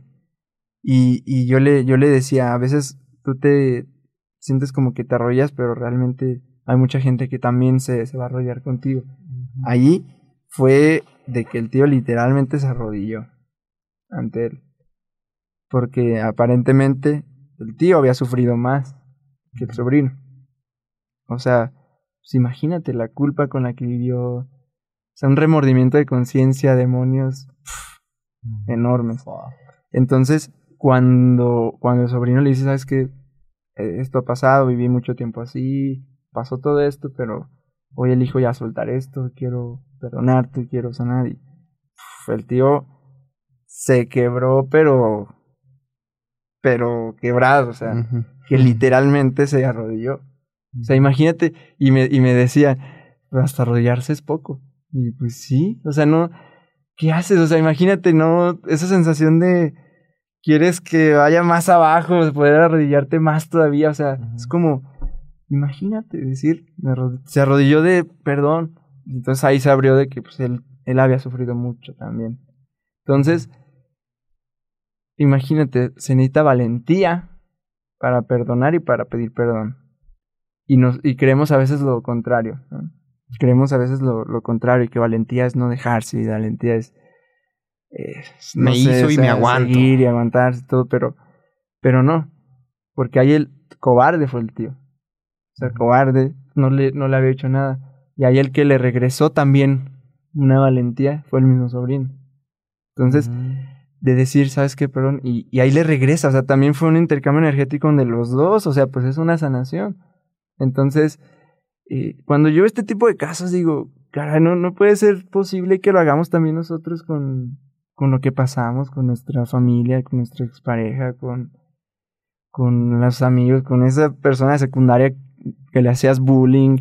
Y yo le decía, a veces tú te sientes como que te arrollas, pero realmente hay mucha gente que también se va a arrollar contigo. Allí fue de que el tío literalmente se arrodilló ante él. Porque aparentemente el tío había sufrido más que el sobrino. O sea, pues imagínate la culpa con la que vivió. O sea, un remordimiento de conciencia, demonios enormes. Entonces, cuando el sobrino le dice, ¿sabes qué? Esto ha pasado, viví mucho tiempo así, pasó todo esto, pero hoy elijo ya soltar esto, quiero perdonarte, quiero sanar. Y el tío se quebró, pero quebrado, o sea, que literalmente se arrodilló. O sea, imagínate, y me decía, hasta arrodillarse es poco. Y pues sí, o sea, no, ¿qué haces? O sea, imagínate, no, esa sensación de quieres que vaya más abajo, poder arrodillarte más todavía, o sea, es como, imagínate, decir, se arrodilló de perdón, y entonces ahí se abrió de que pues él había sufrido mucho también. Entonces, imagínate, se necesita valentía para perdonar y para pedir perdón. Y creemos a veces lo contrario, ¿no? Creemos a veces lo contrario, y que valentía es no dejarse, y valentía es no me sé, hizo o y sea, me aguanto. seguir y aguantarse y todo, pero no, porque ahí el cobarde fue el tío. O sea, cobarde, no le había hecho nada. Y ahí el que le regresó también una valentía fue el mismo sobrino. Entonces, de decir, ¿sabes qué? Perdón, y ahí le regresa, o sea, también fue un intercambio energético de los dos, o sea, pues es una sanación. Entonces, cuando yo veo este tipo de casos, digo, caray, no puede ser posible que lo hagamos también nosotros con lo que pasamos, con nuestra familia, con nuestra expareja, con los amigos, con esa persona de secundaria que le hacías bullying.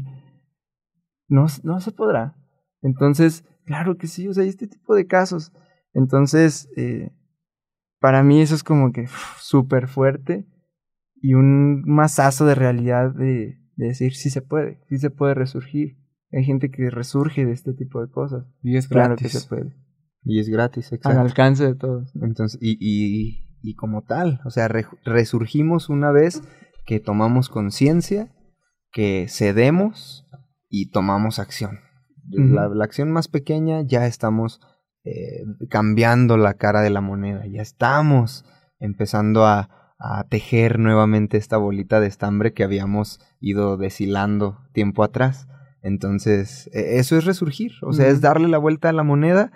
No se podrá. Entonces, claro que sí, o sea, hay este tipo de casos. Entonces, para mí eso es como que súper fuerte y un mazazo de realidad de decir sí se puede resurgir. Hay gente que resurge de este tipo de cosas. Y es claro gratis. Que se puede. Y es gratis, exacto. Al alcance de todos, ¿no? Entonces, y como tal, o sea, resurgimos una vez que tomamos conciencia, que cedemos y tomamos acción. La acción más pequeña, ya estamos cambiando la cara de la moneda, ya estamos empezando a tejer nuevamente esta bolita de estambre que habíamos ido deshilando tiempo atrás. Entonces, eso es resurgir, o sea, es darle la vuelta a la moneda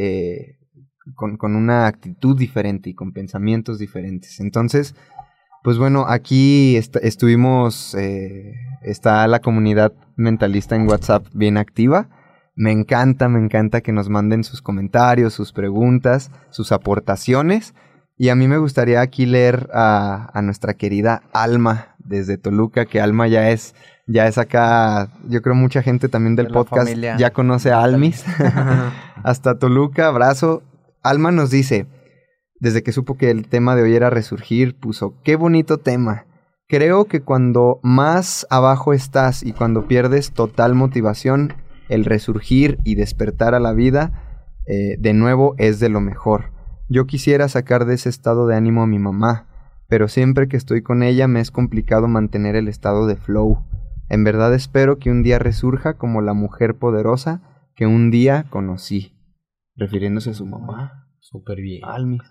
con una actitud diferente y con pensamientos diferentes. Entonces, pues bueno, aquí estuvimos, está la comunidad mentalista en WhatsApp bien activa. Me encanta que nos manden sus comentarios, sus preguntas, sus aportaciones. Y a mí me gustaría aquí leer a nuestra querida Alma desde Toluca, que Alma ya es acá, yo creo mucha gente también del podcast ya conoce a Almis. Hasta Toluca, abrazo. Alma nos dice, desde que supo que el tema de hoy era resurgir, puso, qué bonito tema. Creo que cuando más abajo estás y cuando pierdes total motivación, el resurgir y despertar a la vida de nuevo es de lo mejor. Yo quisiera sacar de ese estado de ánimo a mi mamá, pero siempre que estoy con ella me es complicado mantener el estado de flow. En verdad espero que un día resurja como la mujer poderosa que un día conocí. Refiriéndose a su mamá. Súper bien. Almis.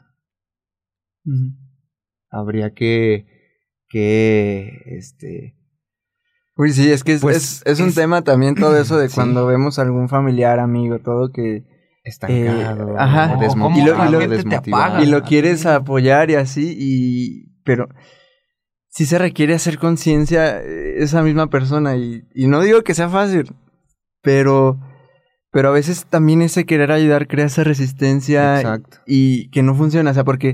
Habría que Uy, sí, es que es un tema también todo eso de cuando vemos algún familiar, amigo, todo que estancado, desmotivado. Y lo quieres apoyar y así, pero sí se requiere hacer conciencia esa misma persona y no digo que sea fácil, pero a veces también ese querer ayudar crea esa resistencia. Exacto. Y que no funciona, o sea, porque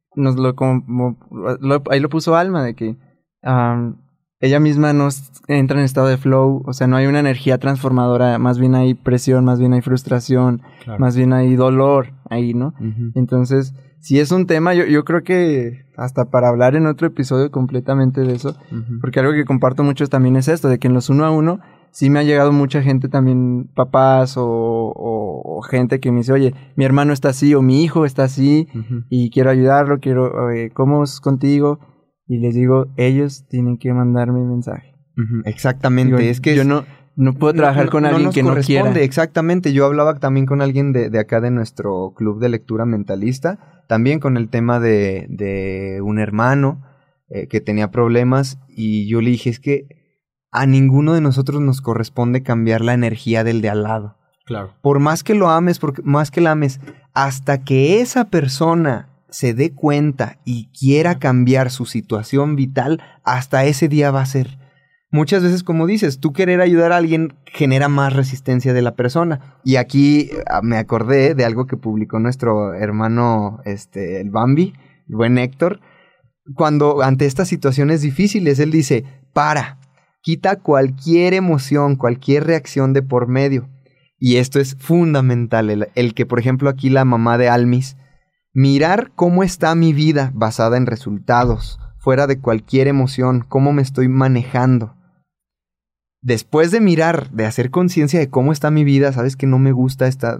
ahí lo puso Alma, de que ella misma no entra en estado de flow, o sea, no hay una energía transformadora, más bien hay presión, más bien hay frustración, claro. Más bien hay dolor ahí, ¿no? Uh-huh. Entonces, si es un tema, yo creo que hasta para hablar en otro episodio completamente de eso, uh-huh. Porque algo que comparto mucho también es esto, de que en los 1 a 1 sí me ha llegado mucha gente también, papás o gente que me dice, oye, mi hermano está así o mi hijo está así, uh-huh. Y quiero ayudarlo, ¿cómo es contigo? Y les digo, ellos tienen que mandarme el mensaje. Uh-huh. Exactamente. Digo, es que yo no puedo trabajar con alguien que no quiera. Exactamente. Yo hablaba también con alguien de acá de nuestro club de lectura mentalista, también con el tema de un hermano que tenía problemas, y yo le dije, es que a ninguno de nosotros nos corresponde cambiar la energía del de al lado. Claro. Por más que lo ames, más que la ames, hasta que esa persona se dé cuenta y quiera cambiar su situación vital, hasta ese día va a ser. Muchas veces, como dices, tú querer ayudar a alguien genera más resistencia de la persona. Y aquí me acordé de algo que publicó nuestro hermano, el Bambi, el buen Héctor, cuando ante estas situaciones difíciles, él dice, quita cualquier emoción, cualquier reacción de por medio. Y esto es fundamental, el que, por ejemplo, aquí la mamá de Almis, mirar cómo está mi vida basada en resultados, fuera de cualquier emoción, cómo me estoy manejando. Después de mirar, de hacer conciencia de cómo está mi vida, sabes que no me gusta esto,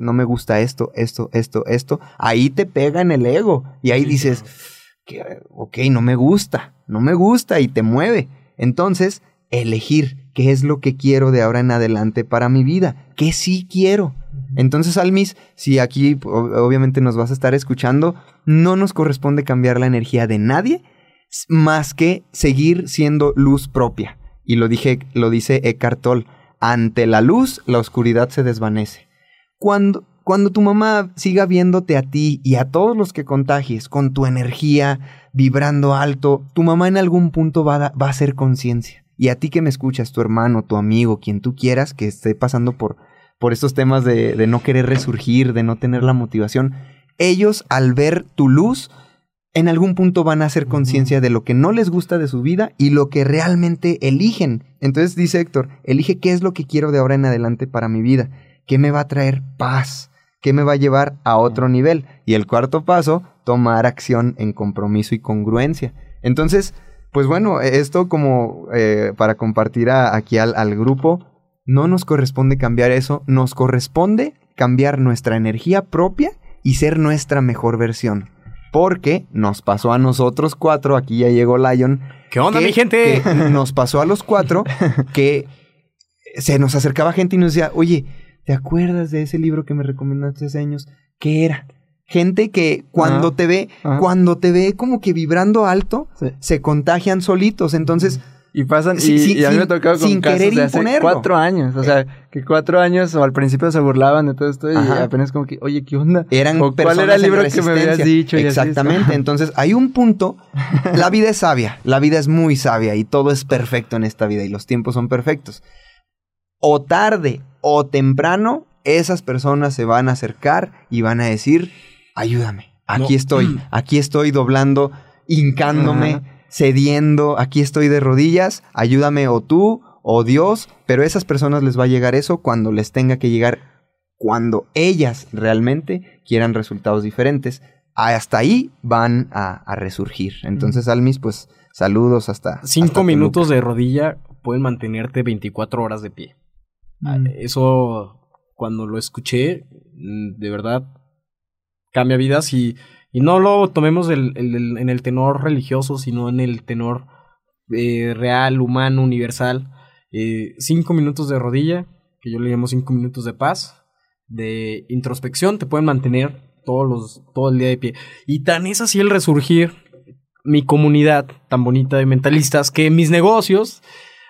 ahí te pega en el ego y ahí dices, ok, no me gusta y te mueve. Entonces, elegir qué es lo que quiero de ahora en adelante para mi vida, qué sí quiero. Entonces, Almis, si aquí obviamente nos vas a estar escuchando, no nos corresponde cambiar la energía de nadie más que seguir siendo luz propia. Y lo dice Eckhart Tolle, ante la luz, la oscuridad se desvanece. Cuando tu mamá siga viéndote a ti y a todos los que contagies con tu energía vibrando alto, tu mamá en algún punto va a hacer conciencia. Y a ti que me escuchas, tu hermano, tu amigo, quien tú quieras que esté pasando por estos temas de no querer resurgir, de no tener la motivación, ellos al ver tu luz, en algún punto van a hacer conciencia de lo que no les gusta de su vida y lo que realmente eligen. Entonces dice Héctor, elige qué es lo que quiero de ahora en adelante para mi vida, qué me va a traer paz, qué me va a llevar a otro nivel. Y el cuarto paso, tomar acción en compromiso y congruencia. Entonces, pues bueno, esto como para compartir aquí al grupo, no nos corresponde cambiar eso, nos corresponde cambiar nuestra energía propia y ser nuestra mejor versión. Porque nos pasó a nosotros 4, aquí ya llegó Lion. ¿Qué onda, mi gente? Que nos pasó a los 4 que se nos acercaba gente y nos decía, oye, ¿te acuerdas de ese libro que me recomendaste hace años? ¿Qué era? Gente que cuando te ve como que vibrando alto, se contagian solitos. Entonces... Y pasan, y a mí me ha tocado con casos de hace 4 años. O sea, que 4 años o al principio se burlaban de todo esto y apenas como que, oye, ¿qué onda? ¿Cuál era el libro que me habías dicho? Exactamente. Y así, entonces, hay un punto. La vida es sabia. La vida es muy sabia y todo es perfecto en esta vida y los tiempos son perfectos. O tarde o temprano, esas personas se van a acercar y van a decir, ayúdame. Aquí estoy doblando, hincándome. Cediendo, aquí estoy de rodillas, ayúdame o tú o Dios, pero a esas personas les va a llegar eso cuando les tenga que llegar, cuando ellas realmente quieran resultados diferentes. Hasta ahí van a resurgir. Entonces, Almis, pues saludos hasta 5 minutos de rodilla pueden mantenerte 24 horas de pie. Eso, cuando lo escuché, de verdad, cambia vidas y no lo tomemos en el tenor religioso, sino en el tenor real, humano, universal. 5 minutos de rodilla, que yo le llamo 5 minutos de paz, de introspección, te pueden mantener todo el día de pie. Y tan es así el resurgir, mi comunidad tan bonita de mentalistas, que mis negocios,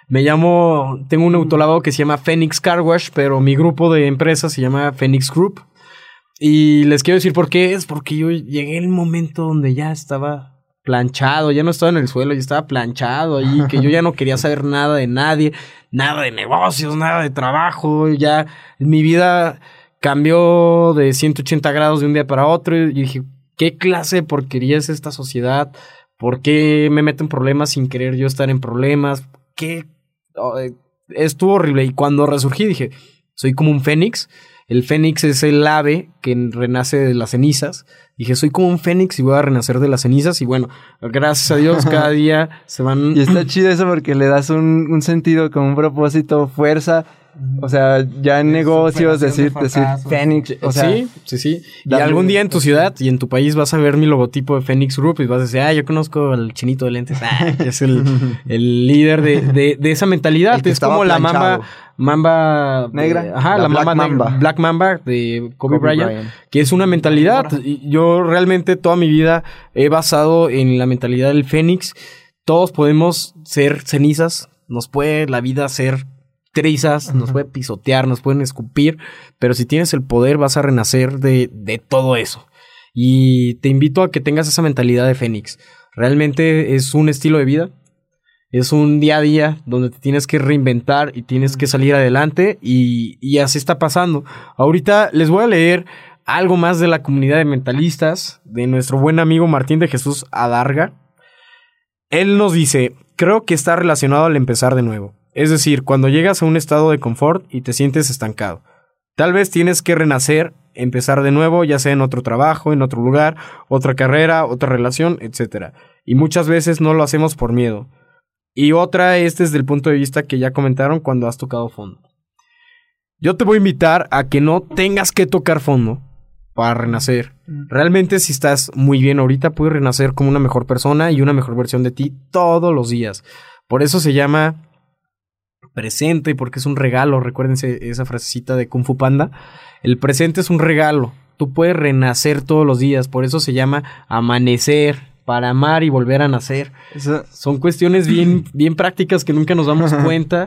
tengo un autolavado que se llama Phoenix Car Wash, pero mi grupo de empresas se llama Phoenix Group. Y les quiero decir por qué. Es porque yo llegué en el momento donde ya estaba planchado, ya no estaba en el suelo, ya estaba planchado ahí, que yo ya no quería saber nada de nadie, nada de negocios, nada de trabajo. Ya mi vida cambió de 180 grados de un día para otro. Y dije, ¿qué clase de porquería es esta sociedad? ¿Por qué me meto en problemas sin querer yo estar en problemas? Estuvo horrible. Y cuando resurgí dije, soy como un fénix. El fénix es el ave que renace de las cenizas. Dije, soy como un fénix y voy a renacer de las cenizas. Y bueno, gracias a Dios, cada día se van... Y está chido eso porque le das un sentido, como un propósito, fuerza. O sea, ya en negocios, decir Fénix. O sea, sí. Y algún día en tu ciudad y en tu país vas a ver mi logotipo de Phoenix Group y vas a decir, yo conozco al chinito de lentes. Es el líder de esa mentalidad. Es como la mamba negra. La mamba Black Mamba de Kobe Bryant, que es una mentalidad. Y yo realmente toda mi vida he basado en la mentalidad del Fénix. Todos podemos ser cenizas, nos puede la vida ser trizas, nos puede pisotear, nos pueden escupir, pero si tienes el poder vas a renacer de todo eso. Y te invito a que tengas esa mentalidad de Fénix. Realmente es un estilo de vida, es un día a día donde te tienes que reinventar y tienes que salir adelante y así está pasando. Ahorita les voy a leer algo más de la comunidad de mentalistas de nuestro buen amigo Martín de Jesús Adarga. Él nos dice, creo que está relacionado al empezar de nuevo. Es decir, cuando llegas a un estado de confort y te sientes estancado. Tal vez tienes que renacer, empezar de nuevo, ya sea en otro trabajo, en otro lugar, otra carrera, otra relación, etc. Y muchas veces no lo hacemos por miedo. Y otra es desde el punto de vista que ya comentaron cuando has tocado fondo. Yo te voy a invitar a que no tengas que tocar fondo para renacer. Realmente si estás muy bien ahorita, puedes renacer como una mejor persona y una mejor versión de ti todos los días. Por eso se llama presente, porque es un regalo. Recuérdense esa frasecita de Kung Fu Panda. El presente es un regalo. Tú puedes renacer todos los días. Por eso se llama amanecer, para amar y volver a nacer. Son cuestiones bien prácticas que nunca nos damos cuenta.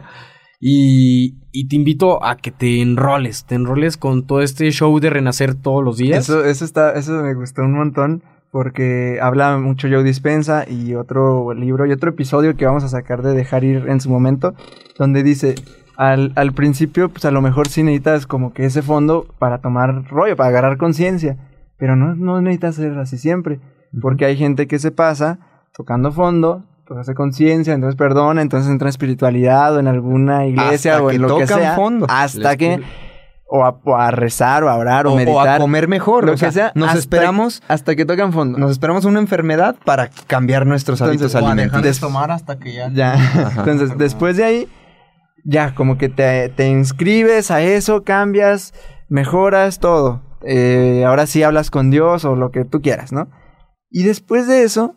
Y te invito a que te enroles con todo este show de renacer todos los días. Eso me gustó un montón. Porque habla mucho Joe Dispenza y otro libro y otro episodio que vamos a sacar de Dejar Ir en su momento, donde dice, al principio, pues a lo mejor sí necesitas como que ese fondo para tomar rollo, para agarrar conciencia. Pero no necesitas ser así siempre. Porque hay gente que se pasa tocando fondo, pues hace conciencia, entonces perdona, entonces entra en espiritualidad o en alguna iglesia o en lo que sea. Fondo. Hasta que... O a rezar, o a orar, o meditar. O a comer mejor. Lo que sea. Hasta que tocan fondo. Nos esperamos una enfermedad para cambiar nuestros hábitos alimenticios. Dejar de tomar hasta que ya... Entonces, después de ahí, ya, como que te inscribes a eso, cambias, mejoras todo. Ahora sí hablas con Dios o lo que tú quieras, ¿no? Y después de eso,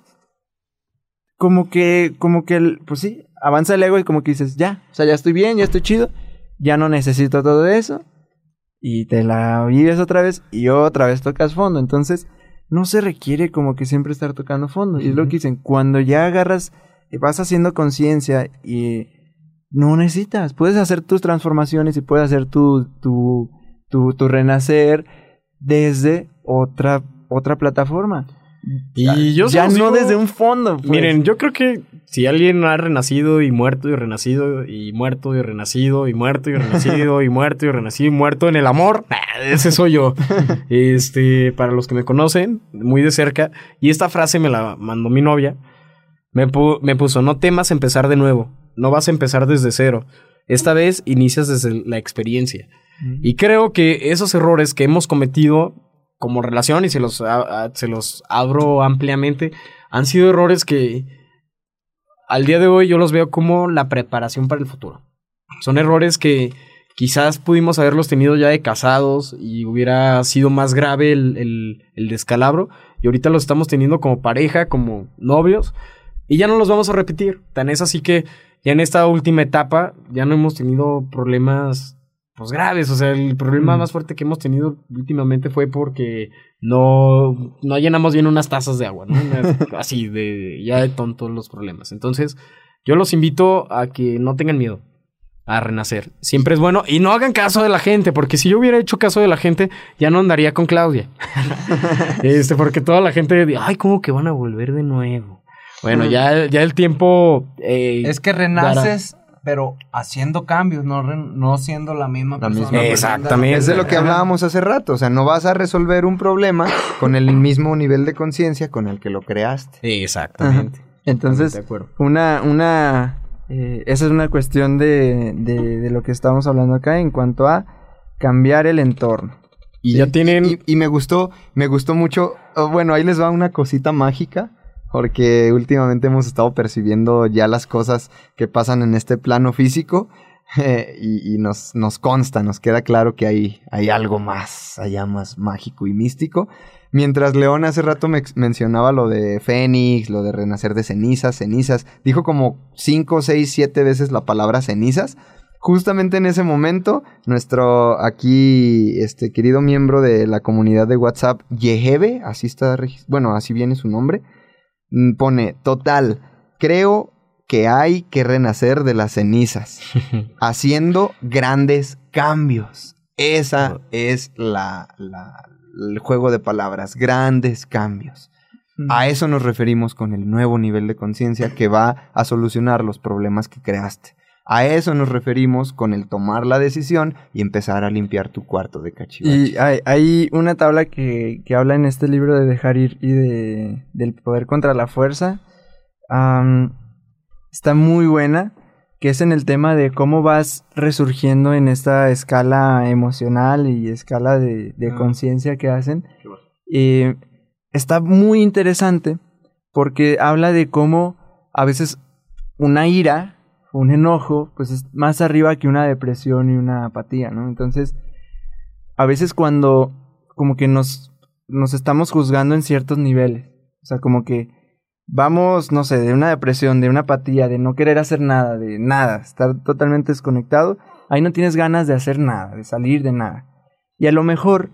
como que pues sí, avanza el ego y como que dices, ya, o sea, ya estoy bien, ya estoy chido, ya no necesito todo eso. Y te la vives otra vez y otra vez tocas fondo. Entonces, no se requiere como que siempre estar tocando fondo. Y es lo que dicen, cuando ya agarras y vas haciendo conciencia y no necesitas. Puedes hacer tus transformaciones y puedes hacer tu renacer desde otra plataforma. Y yo ya no desde un fondo. Pues. Miren, yo creo que si alguien ha renacido y muerto y renacido y muerto y renacido y muerto y renacido y muerto y renacido y muerto en el amor, ese soy yo. Para los que me conocen muy de cerca, y esta frase me la mandó mi novia, me puso, no temas empezar de nuevo, no vas a empezar desde cero. Esta vez inicias desde la experiencia. Y creo que esos errores que hemos cometido como relación, y se los abro ampliamente, han sido errores que al día de hoy yo los veo como la preparación para el futuro. Son errores que quizás pudimos haberlos tenido ya de casados y hubiera sido más grave el descalabro, y ahorita los estamos teniendo como pareja, como novios, y ya no los vamos a repetir. Tan es así que ya en esta última etapa ya no hemos tenido problemas pues graves. O sea, el problema más fuerte que hemos tenido últimamente fue porque no llenamos bien unas tazas de agua, ¿no? Así ya de tontos los problemas. Entonces, yo los invito a que no tengan miedo a renacer. Siempre es bueno. Y no hagan caso de la gente, porque si yo hubiera hecho caso de la gente, ya no andaría con Claudia. Porque toda la gente, ay, ¿cómo que van a volver de nuevo? Bueno, ya el tiempo... es que renaces... pero haciendo cambios, no siendo la misma persona. Exactamente. Es de lo que hablábamos hace rato. O sea, no vas a resolver un problema con el mismo nivel de conciencia con el que lo creaste. Exactamente. Entonces, de acuerdo. Esa es una cuestión de lo que estamos hablando acá en cuanto a cambiar el entorno. Y ya tienen... Y me gustó mucho... Bueno, ahí les va una cosita mágica. Porque últimamente hemos estado percibiendo ya las cosas que pasan en este plano físico y nos consta, nos queda claro que hay algo más, allá más mágico y místico. Mientras León hace rato me mencionaba lo de Fénix, lo de renacer de cenizas, dijo como 5, 6, 7 veces la palabra cenizas. Justamente en ese momento, nuestro aquí querido miembro de la comunidad de WhatsApp, Yehebe, así viene su nombre, pone, total, creo que hay que renacer de las cenizas, haciendo grandes cambios. Esa es el juego de palabras, grandes cambios. A eso nos referimos con el nuevo nivel de conciencia que va a solucionar los problemas que creaste. A eso nos referimos con el tomar la decisión y empezar a limpiar tu cuarto de cachivache. Y hay una tabla que habla en este libro de dejar ir y del poder contra la fuerza. Está muy buena, que es en el tema de cómo vas resurgiendo en esta escala emocional y escala de conciencia que hacen. Está muy interesante porque habla de cómo a veces una ira, un enojo, pues es más arriba que una depresión y una apatía, ¿no? Entonces, a veces cuando como que nos estamos juzgando en ciertos niveles, o sea, como que vamos, no sé, de una depresión, de una apatía, de no querer hacer nada, de nada, estar totalmente desconectado, ahí no tienes ganas de hacer nada, de salir de nada. Y a lo mejor,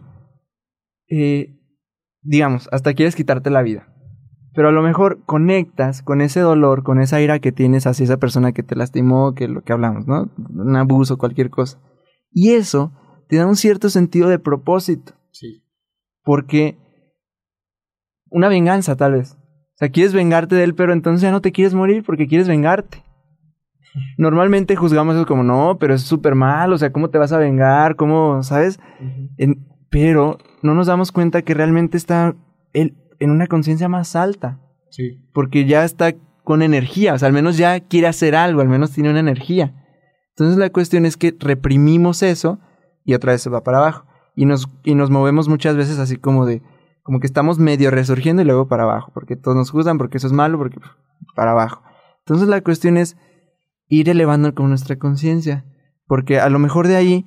digamos, hasta quieres quitarte la vida. Pero a lo mejor conectas con ese dolor, con esa ira que tienes hacia esa persona que te lastimó, que lo que hablamos, ¿no? Un abuso, cualquier cosa. Y eso te da un cierto sentido de propósito. Sí. Porque una venganza, tal vez. O sea, quieres vengarte de él, pero entonces ya no te quieres morir porque quieres vengarte. Normalmente juzgamos eso como, no, pero es súper mal, o sea, ¿cómo te vas a vengar? ¿Cómo, sabes? pero no nos damos cuenta que realmente está él en una conciencia más alta. Sí. Porque ya está con energía, o sea, al menos ya quiere hacer algo, al menos tiene una energía. Entonces la cuestión es que reprimimos eso y otra vez se va para abajo. Y nos movemos muchas veces así como que estamos medio resurgiendo y luego para abajo, porque todos nos juzgan, porque eso es malo, porque para abajo. Entonces la cuestión es ir elevando con nuestra conciencia, porque a lo mejor de ahí,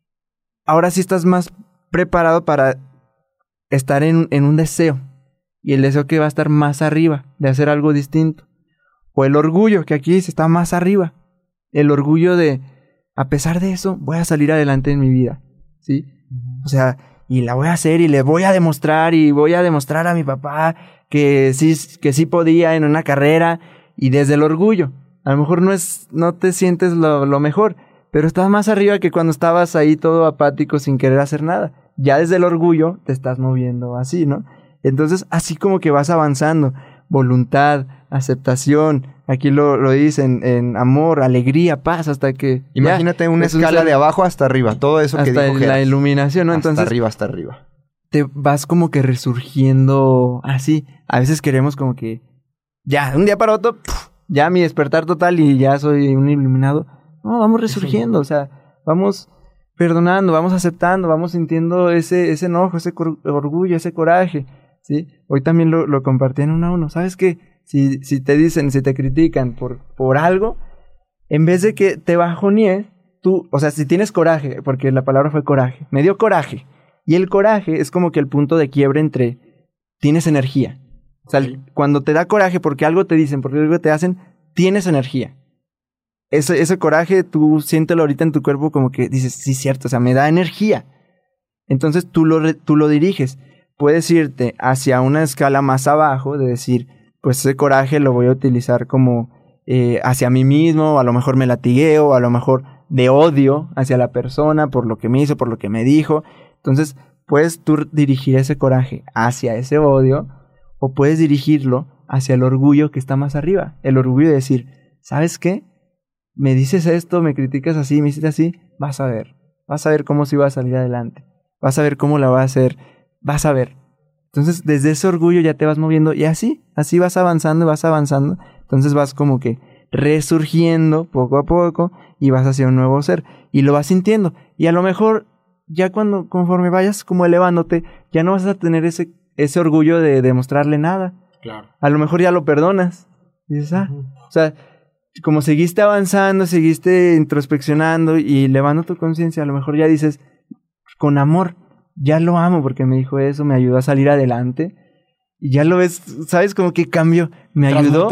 ahora sí estás más preparado para estar en un deseo, y el deseo que va a estar más arriba, de hacer algo distinto. O el orgullo, que aquí dice, está más arriba. El orgullo de, a pesar de eso, voy a salir adelante en mi vida, ¿sí? O sea, y la voy a hacer y le voy a demostrar y voy a demostrar a mi papá que sí podía en una carrera, y desde el orgullo. A lo mejor no te sientes lo mejor, pero estás más arriba que cuando estabas ahí todo apático sin querer hacer nada. Ya desde el orgullo te estás moviendo así, ¿no? Entonces, así como que vas avanzando. Voluntad, aceptación, aquí lo dicen, en amor, alegría, paz, hasta que... Imagínate una escala de abajo hasta arriba, todo eso que dijo Hasta la iluminación, ¿no? Entonces, hasta arriba. Te vas como que resurgiendo así. A veces queremos como que... Ya, un día para otro, ya mi despertar total y ya soy un iluminado. No, vamos resurgiendo, o sea, vamos perdonando, vamos aceptando, vamos sintiendo ese enojo, ese orgullo, ese coraje, ¿sí? Hoy también lo compartí en 1 a 1. ¿Sabes qué? Si te dicen, si te critican por algo, en vez de que te bajonees, tú, o sea, si tienes coraje, porque la palabra fue coraje, me dio coraje. Y el coraje es como que el punto de quiebre entre tienes energía. O sea, cuando te da coraje porque algo te dicen, porque algo te hacen, tienes energía. Ese coraje, tú siéntelo ahorita en tu cuerpo como que dices, sí, cierto, o sea, me da energía. Entonces tú lo diriges. Puedes irte hacia una escala más abajo de decir, pues ese coraje lo voy a utilizar como hacia mí mismo, a lo mejor me latigueo, a lo mejor de odio hacia la persona por lo que me hizo, por lo que me dijo. Entonces puedes tú dirigir ese coraje hacia ese odio, o puedes dirigirlo hacia el orgullo que está más arriba. El orgullo de decir, ¿sabes qué? Me dices esto, me criticas así, me dices así, vas a ver cómo sí va a salir adelante, vas a ver cómo la va a hacer, vas a ver. Entonces desde ese orgullo ya te vas moviendo y así vas avanzando, entonces vas como que resurgiendo poco a poco y vas hacia un nuevo ser y lo vas sintiendo, y a lo mejor ya conforme vayas como elevándote, ya no vas a tener ese orgullo de demostrarle nada. Claro. A lo mejor ya lo perdonas. Dices, o sea, como seguiste avanzando, seguiste introspeccionando y elevando tu conciencia, a lo mejor ya dices, con amor, ya lo amo porque me dijo eso, me ayudó a salir adelante. Y ya lo ves, ¿sabes? Como que cambio. Me ayudó.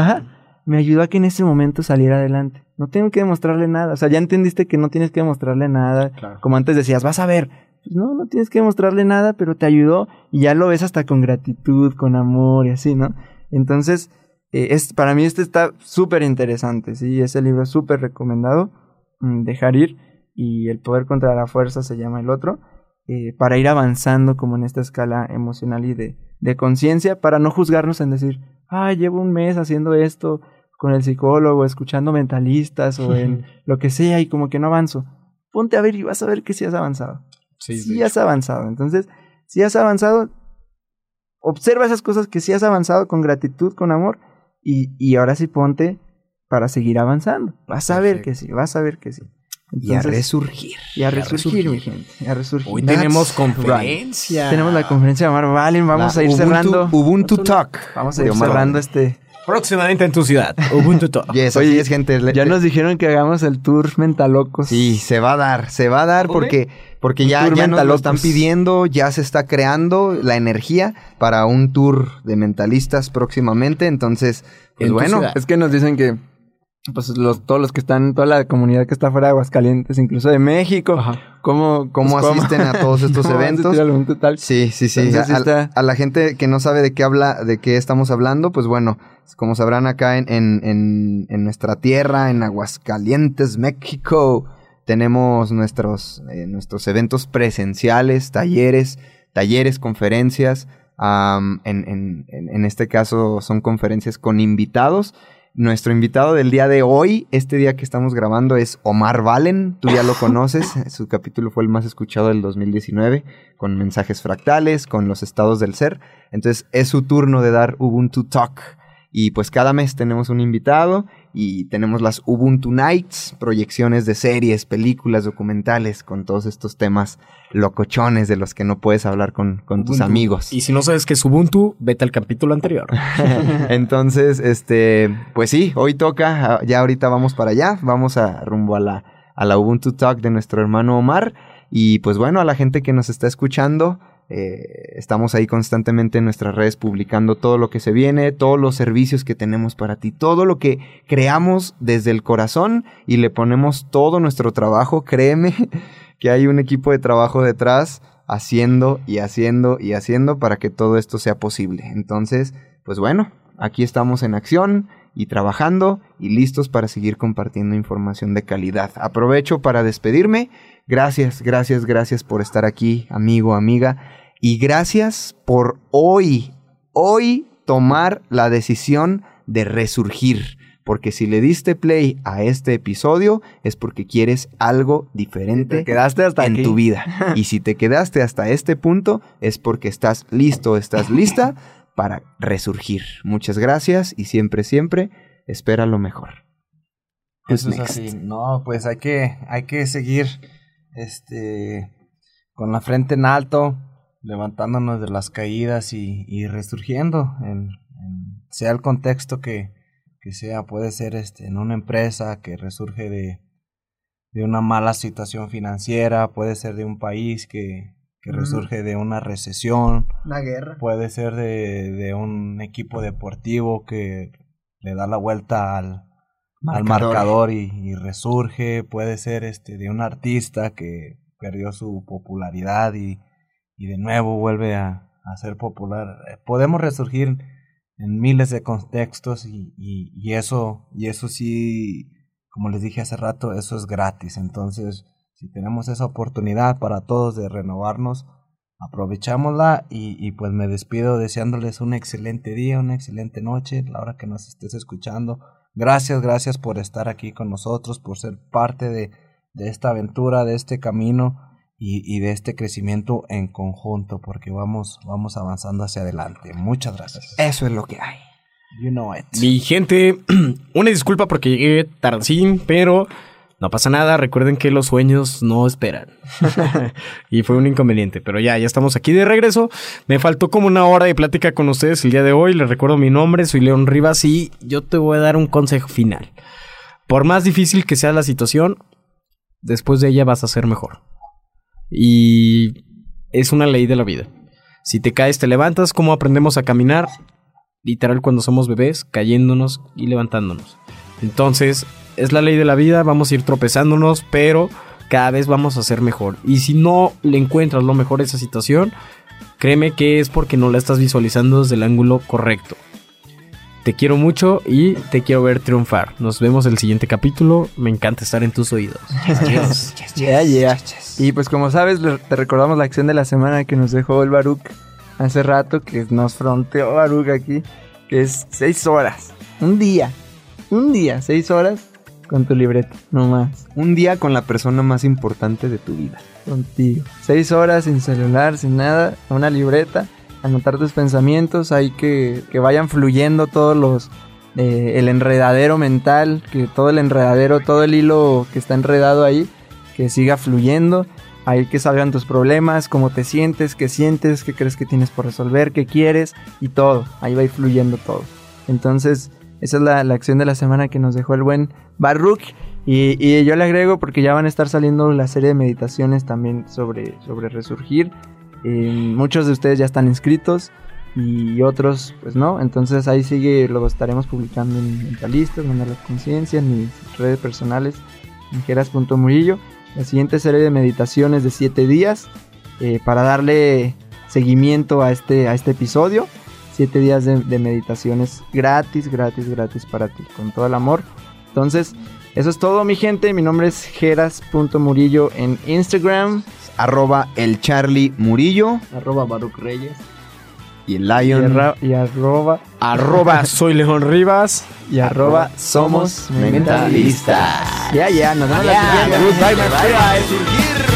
Me ayudó a que en ese momento saliera adelante. No tengo que demostrarle nada. O sea, ya entendiste que no tienes que demostrarle nada. Claro. Como antes decías, vas a ver. Pues no tienes que demostrarle nada, pero te ayudó y ya lo ves hasta con gratitud, con amor y así, ¿no? Entonces, para mí está súper interesante, ¿sí? Ese libro es súper recomendado, Dejar Ir, y El Poder contra la Fuerza se llama el otro, para ir avanzando como en esta escala emocional y de conciencia, para no juzgarnos en decir, llevo un mes haciendo esto con el psicólogo, escuchando mentalistas o en lo que sea y como que no avanzo. Ponte a ver y vas a ver que sí has avanzado. Sí has avanzado. Entonces, si has avanzado, observa esas cosas que sí has avanzado con gratitud, con amor, y ahora sí ponte para seguir avanzando. Vas a ver que sí, Entonces, y a resurgir. Mi gente. A resurgir. Hoy tenemos conferencia. Right. Tenemos la conferencia de Mar Valen. Vamos a ir cerrando. Ubuntu Talk. Vamos a ir cerrando próximamente en tu ciudad. Ubuntu Talk. Oye, gente. Ya nos dijeron que hagamos el tour Mentalocos. Sí, se va a dar porque ya nos lo están pidiendo, ya se está creando la energía para un tour de mentalistas próximamente. Entonces, pues bueno, es que nos dicen que pues todos los que están, toda la comunidad que está fuera de Aguascalientes, incluso de México, ¿cómo asisten a todos estos eventos? Sí. A la gente que no sabe de qué estamos hablando, pues bueno, como sabrán acá en nuestra tierra, en Aguascalientes, México, tenemos nuestros eventos presenciales, talleres, conferencias. En este caso son conferencias con invitados. Nuestro invitado del día de hoy, este día que estamos grabando, es Omar Valen. Tú ya lo conoces. Su capítulo fue el más escuchado del 2019, con mensajes fractales, con los estados del ser. Entonces, es su turno de dar Ubuntu Talk. Y pues cada mes tenemos un invitado y tenemos las Ubuntu Nights, proyecciones de series, películas, documentales, con todos estos temas locochones de los que no puedes hablar con tus amigos. Y si no sabes qué es Ubuntu, vete al capítulo anterior. Entonces, pues sí, hoy toca, ya ahorita vamos para allá, vamos rumbo a la Ubuntu Talk de nuestro hermano Omar. Y pues bueno, a la gente que nos está escuchando, estamos ahí constantemente en nuestras redes publicando todo lo que se viene, todos los servicios que tenemos para ti, todo lo que creamos desde el corazón y le ponemos todo nuestro trabajo. Créeme que hay un equipo de trabajo detrás haciendo y haciendo y haciendo para que todo esto sea posible. Entonces, pues bueno, aquí estamos en acción y trabajando y listos para seguir compartiendo información de calidad. Aprovecho para despedirme. Gracias por estar aquí, amigo, amiga. Y gracias por hoy tomar la decisión de resurgir. Porque si le diste play a este episodio es porque quieres algo diferente en tu vida. Y si te quedaste hasta este punto es porque estás listo, estás lista para resurgir. Muchas gracias y siempre espera lo mejor. Eso es así. No, pues hay que seguir con la frente en alto, levantándonos de las caídas y resurgiendo, sea el contexto que sea. Puede ser en una empresa que resurge de una mala situación financiera, puede ser de un país que resurge de una recesión, una guerra, puede ser de un equipo deportivo que le da la vuelta al marcador y resurge, puede ser de un artista que perdió su popularidad y de nuevo vuelve a ser popular. Podemos resurgir en miles de contextos y eso sí, como les dije hace rato, eso es gratis. Entonces, si tenemos esa oportunidad para todos de renovarnos, aprovechámosla y pues me despido deseándoles un excelente día, una excelente noche, la hora que nos estés escuchando. Gracias por estar aquí con nosotros, por ser parte de esta aventura, de este camino y de este crecimiento en conjunto, porque vamos avanzando hacia adelante. Muchas gracias. Eso es lo que hay. You know it. Mi gente, una disculpa porque llegué tardín, pero no pasa nada. Recuerden que los sueños no esperan. Y fue un inconveniente, pero ya estamos aquí de regreso. Me faltó como una hora de plática con ustedes el día de hoy. Les recuerdo mi nombre, soy León Rivas y yo te voy a dar un consejo final. Por más difícil que sea la situación, después de ella vas a ser mejor. Y es una ley de la vida. Si te caes, te levantas. ¿Cómo aprendemos a caminar? Literal, cuando somos bebés, cayéndonos y levantándonos. Entonces, es la ley de la vida. Vamos a ir tropezándonos, pero cada vez vamos a ser mejor. Y si no le encuentras lo mejor a esa situación, créeme que es porque no la estás visualizando desde el ángulo correcto. Te quiero mucho y te quiero ver triunfar. Nos vemos en el siguiente capítulo. Me encanta estar en tus oídos. Adiós. Yeah. Y pues como sabes, te recordamos la acción de la semana que nos dejó el Baruch hace rato, que nos fronteó Baruch aquí, que es 6 horas. Un día, 6 horas con tu libreta, no más. Un día con la persona más importante de tu vida. Contigo. 6 horas sin celular, sin nada, una libreta. Anotar tus pensamientos, hay que vayan fluyendo todos los el enredadero mental, que todo el enredadero, todo el hilo que está enredado ahí, que siga fluyendo, ahí que salgan tus problemas, cómo te sientes, qué crees que tienes por resolver, qué quieres y todo, ahí va a ir fluyendo todo. Entonces, esa es la acción de la semana que nos dejó el buen Baruch. Y yo le agrego porque ya van a estar saliendo la serie de meditaciones también sobre resurgir. Muchos de ustedes ya están inscritos y otros pues no, entonces ahí sigue, lo estaremos publicando en Mentalistas, Mandar la Conciencia, en mis redes personales, en Geras.Murillo. La siguiente serie de meditaciones de 7 días para darle seguimiento a este episodio. 7 días de meditaciones gratis para ti, con todo el amor. Entonces, eso es todo, mi gente. Mi nombre es Geras.Murillo en Instagram. @elcharlymurillo. @Baruch Reyes. Y el Lion. Y arroba. Soy León Rivas. Y arroba somos mentalistas. Ya, nos vemos la siguiente. Goodbye, my friend.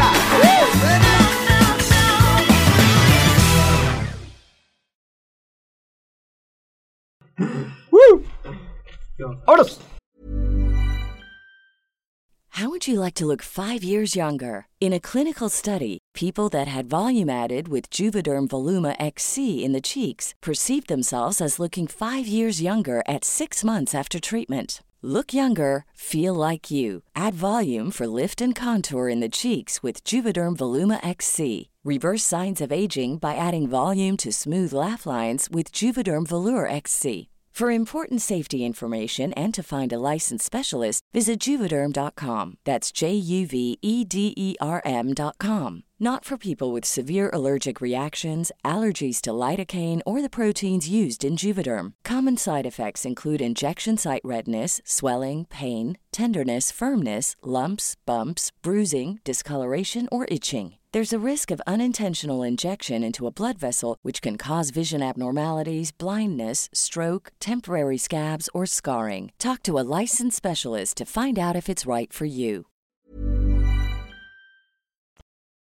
¡Vámonos! How would you like to look 5 years younger? In a clinical study, people that had volume added with Juvederm Voluma XC in the cheeks perceived themselves as looking 5 years younger at 6 months after treatment. Look younger, feel like you. Add volume for lift and contour in the cheeks with Juvederm Voluma XC. Reverse signs of aging by adding volume to smooth laugh lines with Juvederm Volure XC. For important safety information and to find a licensed specialist, visit Juvederm.com. That's JUVEDERM.com. Not for people with severe allergic reactions, allergies to lidocaine, or the proteins used in Juvederm. Common side effects include injection site redness, swelling, pain, tenderness, firmness, lumps, bumps, bruising, discoloration, or itching. There's a risk of unintentional injection into a blood vessel, which can cause vision abnormalities, blindness, stroke, temporary scabs, or scarring. Talk to a licensed specialist to find out if it's right for you.